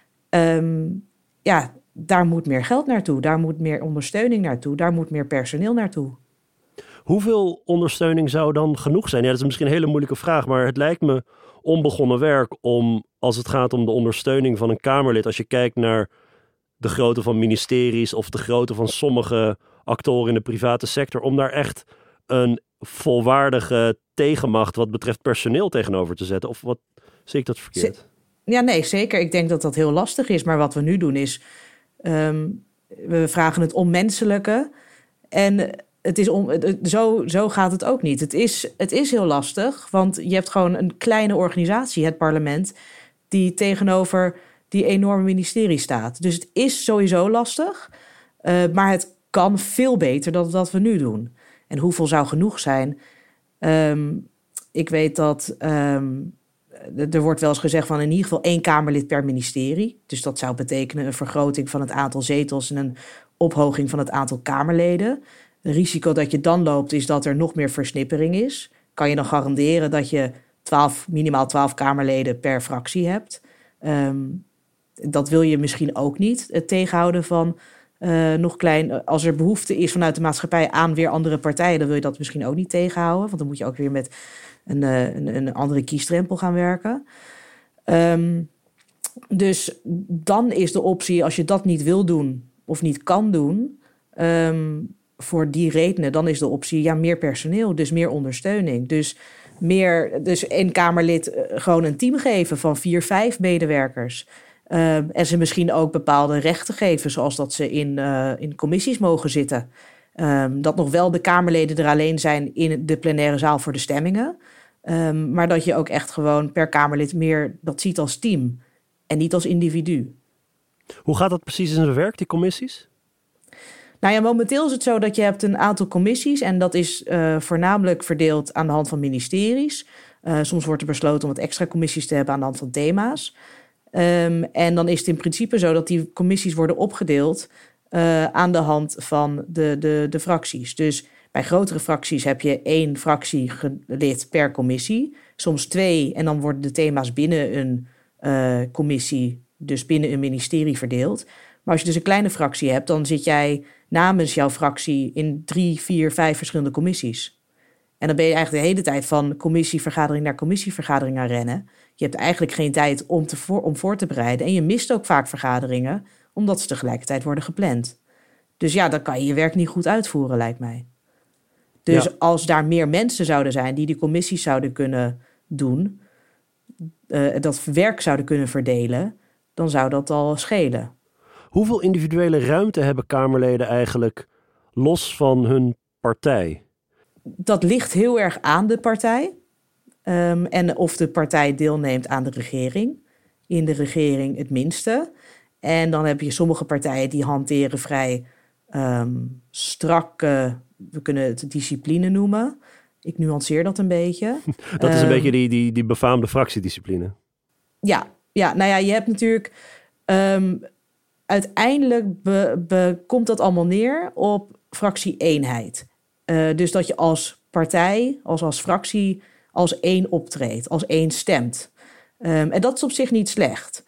Um, ja, daar moet meer geld naartoe. Daar moet meer ondersteuning naartoe. Daar moet meer personeel naartoe. Hoeveel ondersteuning zou dan genoeg zijn? Ja, dat is misschien een hele moeilijke vraag, maar het lijkt me onbegonnen werk om, als het gaat om de ondersteuning van een Kamerlid, als je kijkt naar de grootte van ministeries of de grootte van sommige actoren in de private sector, om daar echt een volwaardige tegenmacht wat betreft personeel tegenover te zetten. Of wat zie ik dat verkeerd? Ja, nee, zeker. Ik denk dat dat heel lastig is. Maar wat we nu doen is, um, we vragen het onmenselijke en het is om, zo, zo gaat het ook niet. Het is, het is heel lastig, want je hebt gewoon een kleine organisatie, het parlement, die tegenover die enorme ministerie staat. Dus het is sowieso lastig, uh, maar het kan veel beter dan wat we nu doen. En hoeveel zou genoeg zijn? Um, ik weet dat um, er wordt wel eens gezegd van in ieder geval één Kamerlid per ministerie. Dus dat zou betekenen een vergroting van het aantal zetels en een ophoging van het aantal Kamerleden. Het risico dat je dan loopt is dat er nog meer versnippering is. Kan je dan garanderen dat je twaalf, minimaal twaalf Kamerleden per fractie hebt? Um, dat wil je misschien ook niet. Het tegenhouden van uh, nog klein... Als er behoefte is vanuit de maatschappij aan weer andere partijen, dan wil je dat misschien ook niet tegenhouden. Want dan moet je ook weer met een, uh, een, een andere kiesdrempel gaan werken. Um, dus dan is de optie, als je dat niet wil doen of niet kan doen, Um, voor die redenen, dan is de optie ja, meer personeel, dus meer ondersteuning. Dus meer, dus één Kamerlid uh, gewoon een team geven van vier, vijf medewerkers. Uh, en ze misschien ook bepaalde rechten geven, zoals dat ze in, uh, in commissies mogen zitten. Um, dat nog wel de Kamerleden er alleen zijn in de plenaire zaal voor de stemmingen. Um, maar dat je ook echt gewoon per Kamerlid meer dat ziet als team en niet als individu. Hoe gaat dat precies in zijn werk, die commissies? Nou ja, momenteel is het zo dat je hebt een aantal commissies en dat is uh, voornamelijk verdeeld aan de hand van ministeries. Uh, soms wordt er besloten om wat extra commissies te hebben aan de hand van thema's. Um, en dan is het in principe zo dat die commissies worden opgedeeld uh, aan de hand van de, de, de fracties. Dus bij grotere fracties heb je één fractielid per commissie, soms twee, en dan worden de thema's binnen een uh, commissie, dus binnen een ministerie verdeeld. Maar als je dus een kleine fractie hebt, dan zit jij namens jouw fractie in drie, vier, vijf verschillende commissies. En dan ben je eigenlijk de hele tijd van commissievergadering naar commissievergadering aan rennen. Je hebt eigenlijk geen tijd om, te voor, om voor te bereiden. En je mist ook vaak vergaderingen, omdat ze tegelijkertijd worden gepland. Dus ja, dan kan je je werk niet goed uitvoeren, lijkt mij. Dus ja. Als daar meer mensen zouden zijn die die commissies zouden kunnen doen, uh, dat werk zouden kunnen verdelen, dan zou dat al schelen. Hoeveel individuele ruimte hebben Kamerleden eigenlijk los van hun partij? Dat ligt heel erg aan de partij. Um, en of de partij deelneemt aan de regering. In de regering het minste. En dan heb je sommige partijen die hanteren vrij um, strak, uh, we kunnen het discipline noemen. Ik nuanceer dat een beetje. Dat is een um, beetje die, die, die befaamde fractiediscipline. Ja, ja, nou ja, je hebt natuurlijk Um, uiteindelijk be, be, komt dat allemaal neer op fractie-eenheid. Uh, dus dat je als partij, als, als fractie, als één optreedt, als één stemt. Um, en dat is op zich niet slecht.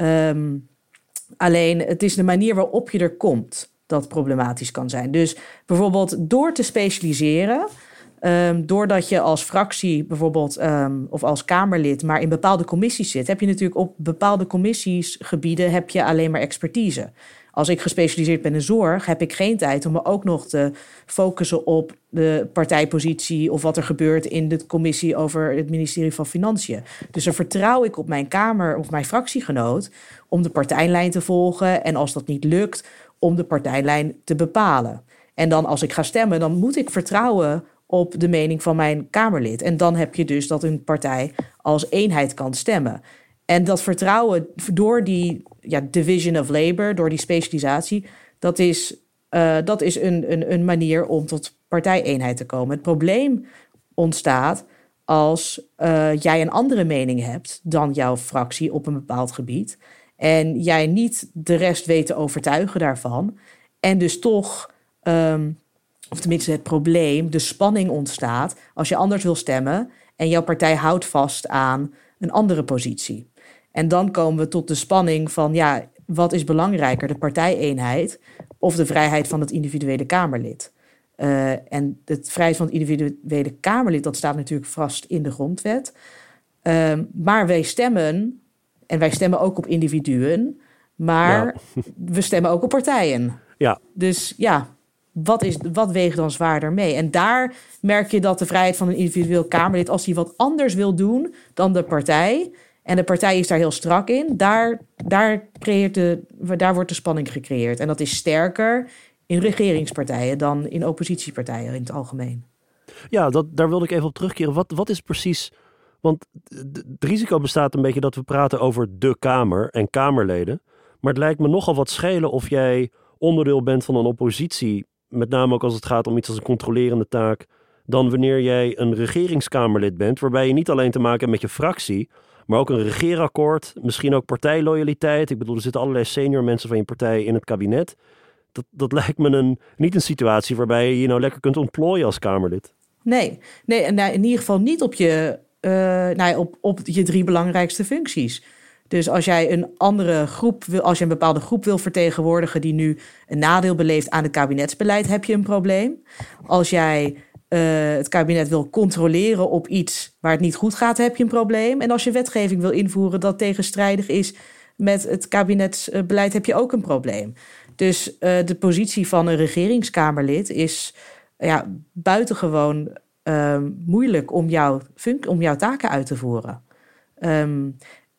Um, alleen het is de manier waarop je er komt dat problematisch kan zijn. Dus bijvoorbeeld door te specialiseren, Um, doordat je als fractie bijvoorbeeld um, of als Kamerlid maar in bepaalde commissies zit, heb je natuurlijk op bepaalde commissiesgebieden heb je alleen maar expertise. Als ik gespecialiseerd ben in zorg, heb ik geen tijd om me ook nog te focussen op de partijpositie of wat er gebeurt in de commissie over het ministerie van Financiën. Dus dan vertrouw ik op mijn kamer of mijn fractiegenoot om de partijlijn te volgen en als dat niet lukt, om de partijlijn te bepalen. En dan als ik ga stemmen, dan moet ik vertrouwen op de mening van mijn Kamerlid. En dan heb je dus dat een partij als eenheid kan stemmen. En dat vertrouwen door die ja, division of labor, door die specialisatie, dat is, uh, dat is een, een, een manier om tot partijeenheid te komen. Het probleem ontstaat als uh, jij een andere mening hebt dan jouw fractie op een bepaald gebied en jij niet de rest weet te overtuigen daarvan en dus toch Um, of tenminste het probleem, de spanning ontstaat als je anders wil stemmen en jouw partij houdt vast aan een andere positie. En dan komen we tot de spanning van, ja, wat is belangrijker, de partijeenheid of de vrijheid van het individuele Kamerlid? Uh, en de vrijheid van het individuele Kamerlid, dat staat natuurlijk vast in de grondwet. Uh, maar wij stemmen, en wij stemmen ook op individuen, maar ja. we stemmen ook op partijen. Ja. Dus ja, Wat, is, wat weegt dan zwaarder mee? En daar merk je dat de vrijheid van een individueel Kamerlid, als hij wat anders wil doen dan de partij, en de partij is daar heel strak in, daar, daar, creëert de, daar wordt de spanning gecreëerd. En dat is sterker in regeringspartijen dan in oppositiepartijen in het algemeen. Ja, dat, daar wilde ik even op terugkeren. Wat, wat is precies, want het risico bestaat een beetje dat we praten over de Kamer en Kamerleden, maar het lijkt me nogal wat schelen of jij onderdeel bent van een oppositie, met name ook als het gaat om iets als een controlerende taak, dan wanneer jij een regeringskamerlid bent, waarbij je niet alleen te maken hebt met je fractie, maar ook een regeerakkoord, misschien ook partijloyaliteit. Ik bedoel, er zitten allerlei senior mensen van je partij in het kabinet. Dat, dat lijkt me een, niet een situatie waarbij je je nou lekker kunt ontplooien als Kamerlid. Nee, nee en in ieder geval niet op je, uh, nou, op, op je drie belangrijkste functies. Dus als jij een andere groep wil, als je een bepaalde groep wil vertegenwoordigen die nu een nadeel beleeft aan het kabinetsbeleid, heb je een probleem. Als jij uh, het kabinet wil controleren op iets waar het niet goed gaat, heb je een probleem. En als je wetgeving wil invoeren dat tegenstrijdig is met het kabinetsbeleid, heb je ook een probleem. Dus uh, de positie van een regeringskamerlid is ja, buitengewoon uh, moeilijk om, jou, om jouw taken uit te voeren. Um,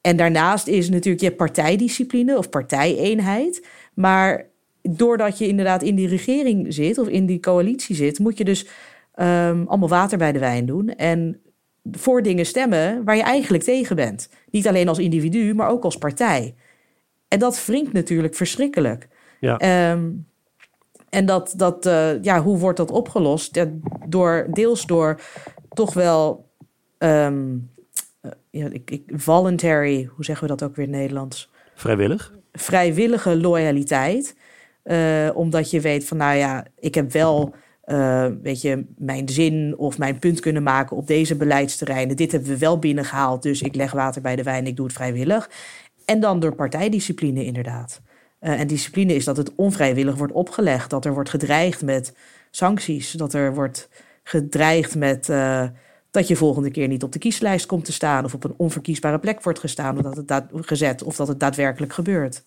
En daarnaast is natuurlijk je partijdiscipline of partijeenheid. Maar doordat je inderdaad in die regering zit of in die coalitie zit, moet je dus um, allemaal water bij de wijn doen. En voor dingen stemmen waar je eigenlijk tegen bent. Niet alleen als individu, maar ook als partij. En dat wringt natuurlijk verschrikkelijk. Ja. Um, en dat, dat uh, ja, hoe wordt dat opgelost? Ja, door, deels door toch wel um, uh, ja, ik, ik, voluntary, hoe zeggen we dat ook weer in het Nederlands? Vrijwillig? Vrijwillige loyaliteit. Uh, omdat je weet van, nou ja, ik heb wel uh, weet je, mijn zin of mijn punt kunnen maken op deze beleidsterreinen. Dit hebben we wel binnengehaald, dus ik leg water bij de wijn, ik doe het vrijwillig. En dan door partijdiscipline inderdaad. Uh, en discipline is dat het onvrijwillig wordt opgelegd. Dat er wordt gedreigd met sancties. Dat er wordt gedreigd met uh, dat je volgende keer niet op de kieslijst komt te staan. Of op een onverkiesbare plek wordt gestaan, of dat het daad, gezet. Of dat het daadwerkelijk gebeurt.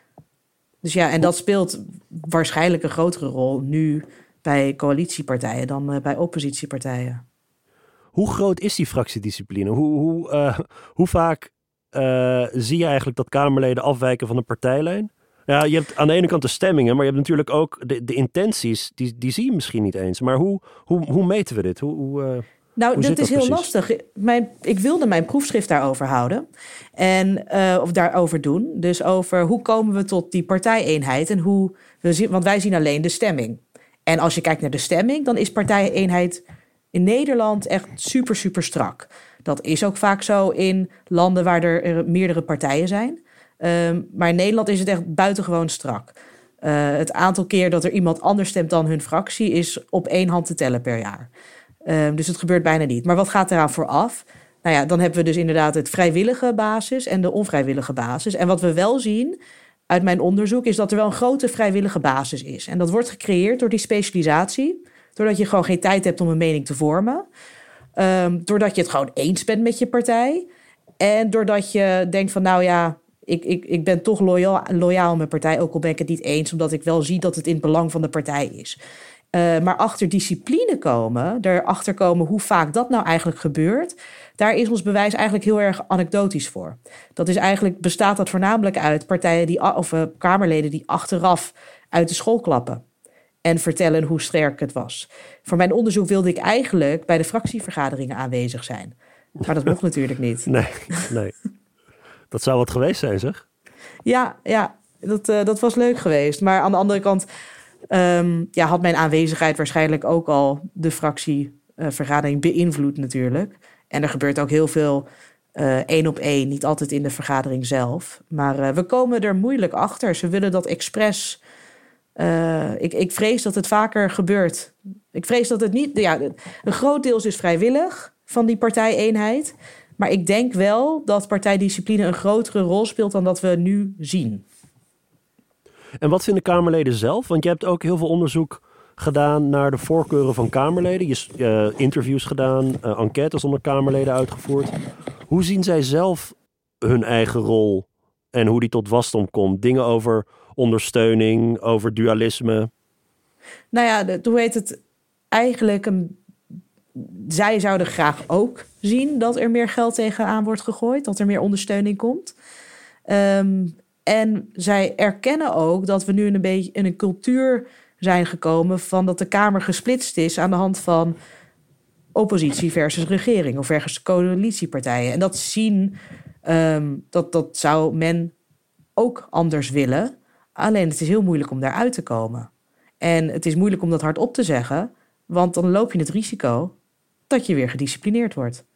Dus ja, en dat speelt waarschijnlijk een grotere rol nu bij coalitiepartijen dan uh, bij oppositiepartijen. Hoe groot is die fractiediscipline? Hoe, hoe, uh, hoe vaak uh, zie je eigenlijk dat Kamerleden afwijken van de partijlijn? Ja, je hebt aan de ene kant de stemmingen, maar je hebt natuurlijk ook de, de intenties. Die, die zie je misschien niet eens. Maar hoe, hoe, hoe meten we dit? Hoe, hoe, uh, nou, hoe dat is heel precies? lastig. Mijn, ik wilde mijn proefschrift daarover houden. En, uh, of daarover doen. Dus over hoe komen we tot die partijeenheid. En hoe we zien, want wij zien alleen de stemming. En als je kijkt naar de stemming, dan is partijeenheid in Nederland echt super, super strak. Dat is ook vaak zo in landen waar er meerdere partijen zijn. Um, maar in Nederland is het echt buitengewoon strak. Uh, het aantal keer dat er iemand anders stemt dan hun fractie is op één hand te tellen per jaar. Um, dus het gebeurt bijna niet. Maar wat gaat eraan vooraf? Nou ja, dan hebben we dus inderdaad het vrijwillige basis en de onvrijwillige basis. En wat we wel zien uit mijn onderzoek is dat er wel een grote vrijwillige basis is. En dat wordt gecreëerd door die specialisatie. Doordat je gewoon geen tijd hebt om een mening te vormen. Um, doordat je het gewoon eens bent met je partij. En doordat je denkt van nou ja, Ik, ik, ik ben toch loyaal, loyaal aan mijn partij, ook al ben ik het niet eens, omdat ik wel zie dat het in het belang van de partij is. Uh, maar achter discipline komen, erachter komen hoe vaak dat nou eigenlijk gebeurt, daar is ons bewijs eigenlijk heel erg anekdotisch voor. Dat is eigenlijk, bestaat dat voornamelijk uit partijen die, of uh, Kamerleden die achteraf uit de school klappen en vertellen hoe sterk het was. Voor mijn onderzoek wilde ik eigenlijk bij de fractievergaderingen aanwezig zijn. Maar dat mocht natuurlijk niet. Nee, nee. Dat zou wat geweest zijn, zeg. Ja, ja dat, uh, dat was leuk geweest. Maar aan de andere kant um, ja, had mijn aanwezigheid waarschijnlijk ook al de fractievergadering uh, beïnvloed natuurlijk. En er gebeurt ook heel veel uh, één op één, niet altijd in de vergadering zelf. Maar uh, we komen er moeilijk achter. Ze willen dat expres. Uh, ik, ik vrees dat het vaker gebeurt. Ik vrees dat het niet. Ja, een groot deel is vrijwillig van die partijeenheid. Maar ik denk wel dat partijdiscipline een grotere rol speelt dan dat we nu zien. En wat vinden Kamerleden zelf? Want je hebt ook heel veel onderzoek gedaan naar de voorkeuren van Kamerleden. Je hebt uh, interviews gedaan, uh, enquêtes onder Kamerleden uitgevoerd. Hoe zien zij zelf hun eigen rol en hoe die tot wasdom komt? Dingen over ondersteuning, over dualisme? Nou ja, de, hoe heet het? Eigenlijk een... Zij zouden graag ook zien dat er meer geld tegenaan wordt gegooid. Dat er meer ondersteuning komt. Um, en zij erkennen ook dat we nu in een beetje in een cultuur zijn gekomen van dat de Kamer gesplitst is aan de hand van oppositie versus regering of versus coalitiepartijen. En dat zien, um, dat, dat zou men ook anders willen. Alleen het is heel moeilijk om daaruit te komen. En het is moeilijk om dat hardop te zeggen, want dan loop je het risico dat je weer gedisciplineerd wordt.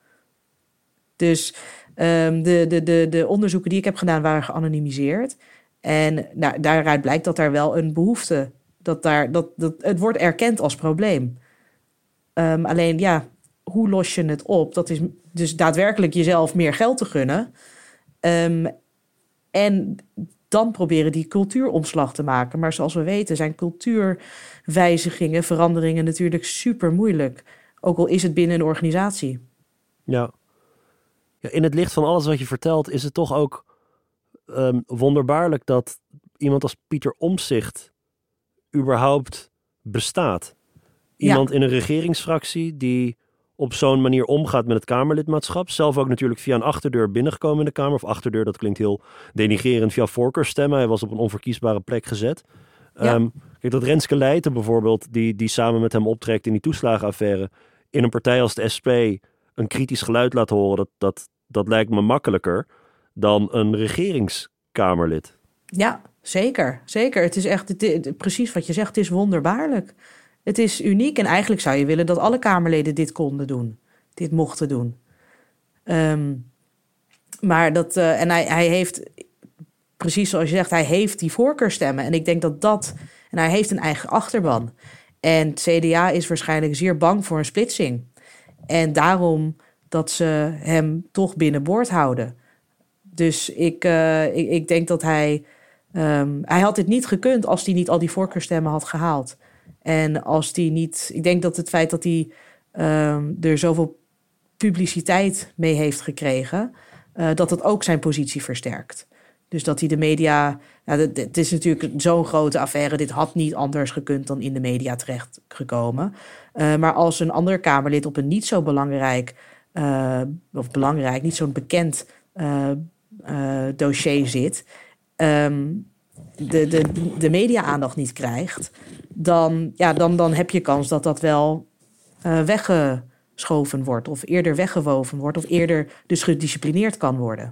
Dus um, de, de, de, de onderzoeken die ik heb gedaan waren geanonimiseerd. En nou, daaruit blijkt dat daar wel een behoefte... Dat daar, dat, dat, het wordt erkend als probleem. Um, alleen, ja, hoe los je het op? Dat is dus daadwerkelijk jezelf meer geld te gunnen. Um, en dan proberen die cultuuromslag te maken. Maar zoals we weten zijn cultuurwijzigingen, veranderingen natuurlijk super moeilijk. Ook al is het binnen een organisatie. Ja. Ja, in het licht van alles wat je vertelt is het toch ook um, wonderbaarlijk dat iemand als Pieter Omtzigt überhaupt bestaat. Iemand ja. in een regeringsfractie die op zo'n manier omgaat met het Kamerlidmaatschap. Zelf ook natuurlijk via een achterdeur binnengekomen in de Kamer. Of achterdeur, dat klinkt heel denigrerend, via voorkeurstemmen. Hij was op een onverkiesbare plek gezet. Ja. Um, kijk, dat Renske Leijten bijvoorbeeld, die, die samen met hem optrekt in die toeslagenaffaire, in een partij als de S P een kritisch geluid laat horen, dat, dat, dat lijkt me makkelijker dan een regeringskamerlid. Ja, zeker. Zeker. Het is echt het, het, precies wat je zegt. Het is wonderbaarlijk. Het is uniek en eigenlijk zou je willen dat alle Kamerleden dit konden doen. Dit mochten doen. Um, maar dat, uh, en hij, hij heeft, precies zoals je zegt, hij heeft die voorkeurstemmen. En ik denk dat dat, en hij heeft een eigen achterban. En het C D A is waarschijnlijk zeer bang voor een splitsing. En daarom dat ze hem toch binnenboord houden. Dus ik, uh, ik, ik denk dat hij, um, hij had dit niet gekund als hij niet al die voorkeurstemmen had gehaald. En als die niet, ik denk dat het feit dat hij um, er zoveel publiciteit mee heeft gekregen, uh, dat het ook zijn positie versterkt. Dus dat hij de media, nou, het, het is natuurlijk zo'n grote affaire, dit had niet anders gekund dan in de media terechtgekomen. Uh, maar als een ander Kamerlid op een niet zo belangrijk, uh, of belangrijk, niet zo'n bekend uh, uh, dossier zit, um, de, de, de media-aandacht niet krijgt, dan, ja, dan, dan heb je kans dat dat wel uh, weggeschoven wordt, of eerder weggewoven wordt, of eerder dus gedisciplineerd kan worden.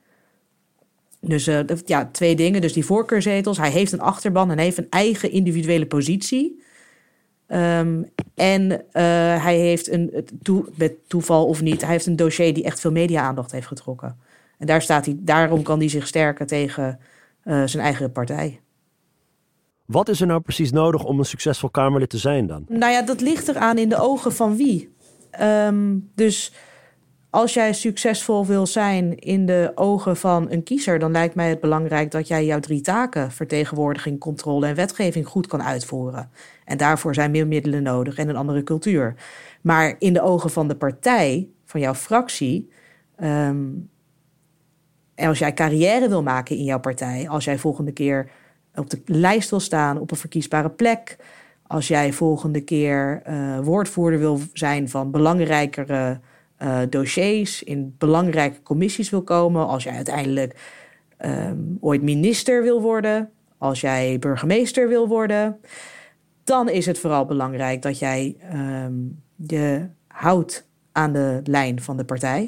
Dus uh, ja, twee dingen. Dus die voorkeurzetels. Hij heeft een achterban en heeft een eigen individuele positie. Um, en uh, hij heeft een, toe, met toeval of niet, hij heeft een dossier die echt veel media-aandacht heeft getrokken. En daar staat hij, daarom kan hij zich sterken tegen uh, zijn eigen partij. Wat is er nou precies nodig om een succesvol Kamerlid te zijn dan? Nou ja, dat ligt eraan in de ogen van wie. Um, dus als jij succesvol wil zijn in de ogen van een kiezer, dan lijkt mij het belangrijk dat jij jouw drie taken, vertegenwoordiging, controle en wetgeving, goed kan uitvoeren. En daarvoor zijn meer middelen nodig en een andere cultuur. Maar in de ogen van de partij, van jouw fractie, um, en als jij carrière wil maken in jouw partij, als jij volgende keer op de lijst wil staan op een verkiesbare plek, als jij volgende keer uh, woordvoerder wil zijn van belangrijkere uh, dossiers, in belangrijke commissies wil komen, als jij uiteindelijk um, ooit minister wil worden, als jij burgemeester wil worden, dan is het vooral belangrijk dat jij um, je houdt aan de lijn van de partij.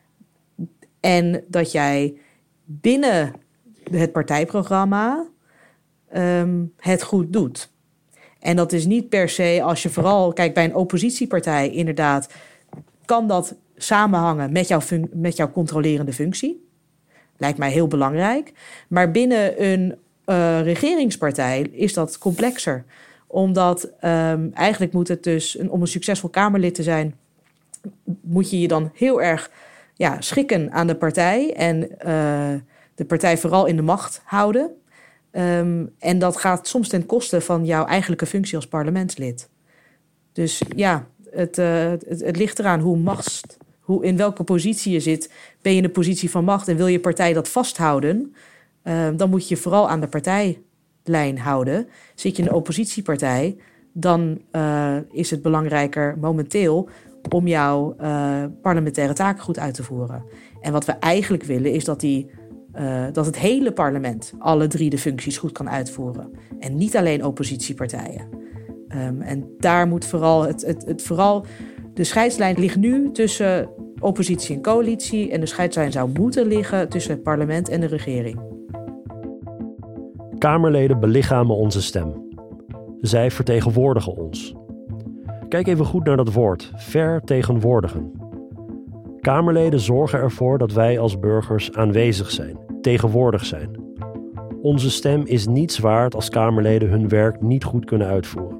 En dat jij binnen het partijprogramma um, het goed doet. En dat is niet per se als je vooral, kijk, bij een oppositiepartij inderdaad, kan dat samenhangen met jouw, fun- met jouw controlerende functie. Lijkt mij heel belangrijk. Maar binnen een uh, regeringspartij is dat complexer. Omdat um, eigenlijk moet het dus, een, om een succesvol Kamerlid te zijn, moet je je dan heel erg ja, schikken aan de partij en uh, de partij vooral in de macht houden. Um, en dat gaat soms ten koste van jouw eigenlijke functie als parlementslid. Dus ja, het, uh, het, het ligt eraan hoe macht, hoe, in welke positie je zit. Ben je in een positie van macht en wil je partij dat vasthouden, uh, dan moet je vooral aan de partijlijn houden. Zit je in een oppositiepartij, dan uh, is het belangrijker momenteel om jouw uh, parlementaire taken goed uit te voeren. En wat we eigenlijk willen is dat, die, uh, dat het hele parlement alle drie de functies goed kan uitvoeren. En niet alleen oppositiepartijen. Um, en daar moet vooral, het, het, het vooral... De scheidslijn ligt nu tussen oppositie en coalitie. En de scheidslijn zou moeten liggen tussen het parlement en de regering. Kamerleden belichamen onze stem. Zij vertegenwoordigen ons. Kijk even goed naar dat woord, vertegenwoordigen. Kamerleden zorgen ervoor dat wij als burgers aanwezig zijn, tegenwoordig zijn. Onze stem is niets waard als Kamerleden hun werk niet goed kunnen uitvoeren.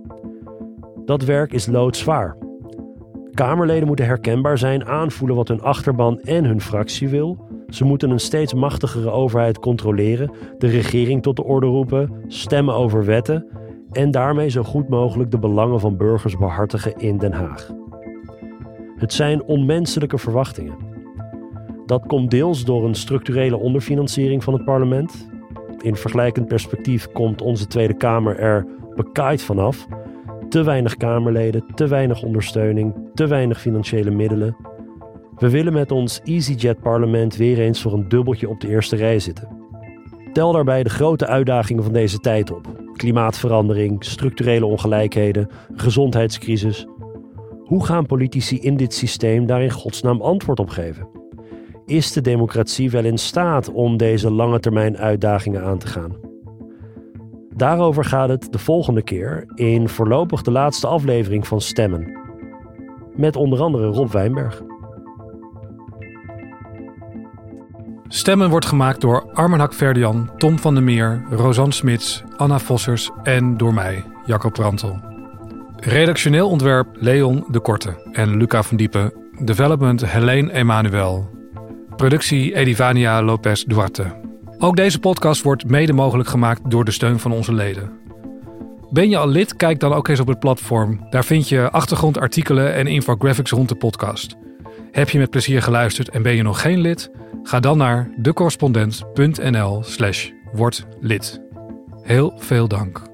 Dat werk is loodzwaar. Kamerleden moeten herkenbaar zijn, aanvoelen wat hun achterban en hun fractie wil. Ze moeten een steeds machtigere overheid controleren, de regering tot de orde roepen, stemmen over wetten en daarmee zo goed mogelijk de belangen van burgers behartigen in Den Haag. Het zijn onmenselijke verwachtingen. Dat komt deels door een structurele onderfinanciering van het parlement. In vergelijkend perspectief komt onze Tweede Kamer er bekaaid vanaf. Te weinig Kamerleden, te weinig ondersteuning, te weinig financiële middelen. We willen met ons EasyJet-parlement weer eens voor een dubbeltje op de eerste rij zitten. Tel daarbij de grote uitdagingen van deze tijd op. Klimaatverandering, structurele ongelijkheden, gezondheidscrisis. Hoe gaan politici in dit systeem daar in godsnaam antwoord op geven? Is de democratie wel in staat om deze lange termijn uitdagingen aan te gaan? Daarover gaat het de volgende keer in voorlopig de laatste aflevering van Stemmen. Met onder andere Rob Wijnberg. Stemmen wordt gemaakt door Armen Hakverdian, Tom van der Meer, Rosanne Smits, Anna Vossers en door mij, Jacco Prantel. Redactioneel ontwerp Leon de Korte en Luca van Diepen. Development Helene Emanuel. Productie Edivania Lopez Duarte. Ook deze podcast wordt mede mogelijk gemaakt door de steun van onze leden. Ben je al lid? Kijk dan ook eens op het platform. Daar vind je achtergrondartikelen en infographics rond de podcast. Heb je met plezier geluisterd en ben je nog geen lid? Ga dan naar decorrespondent punt n l slash word lid. Heel veel dank.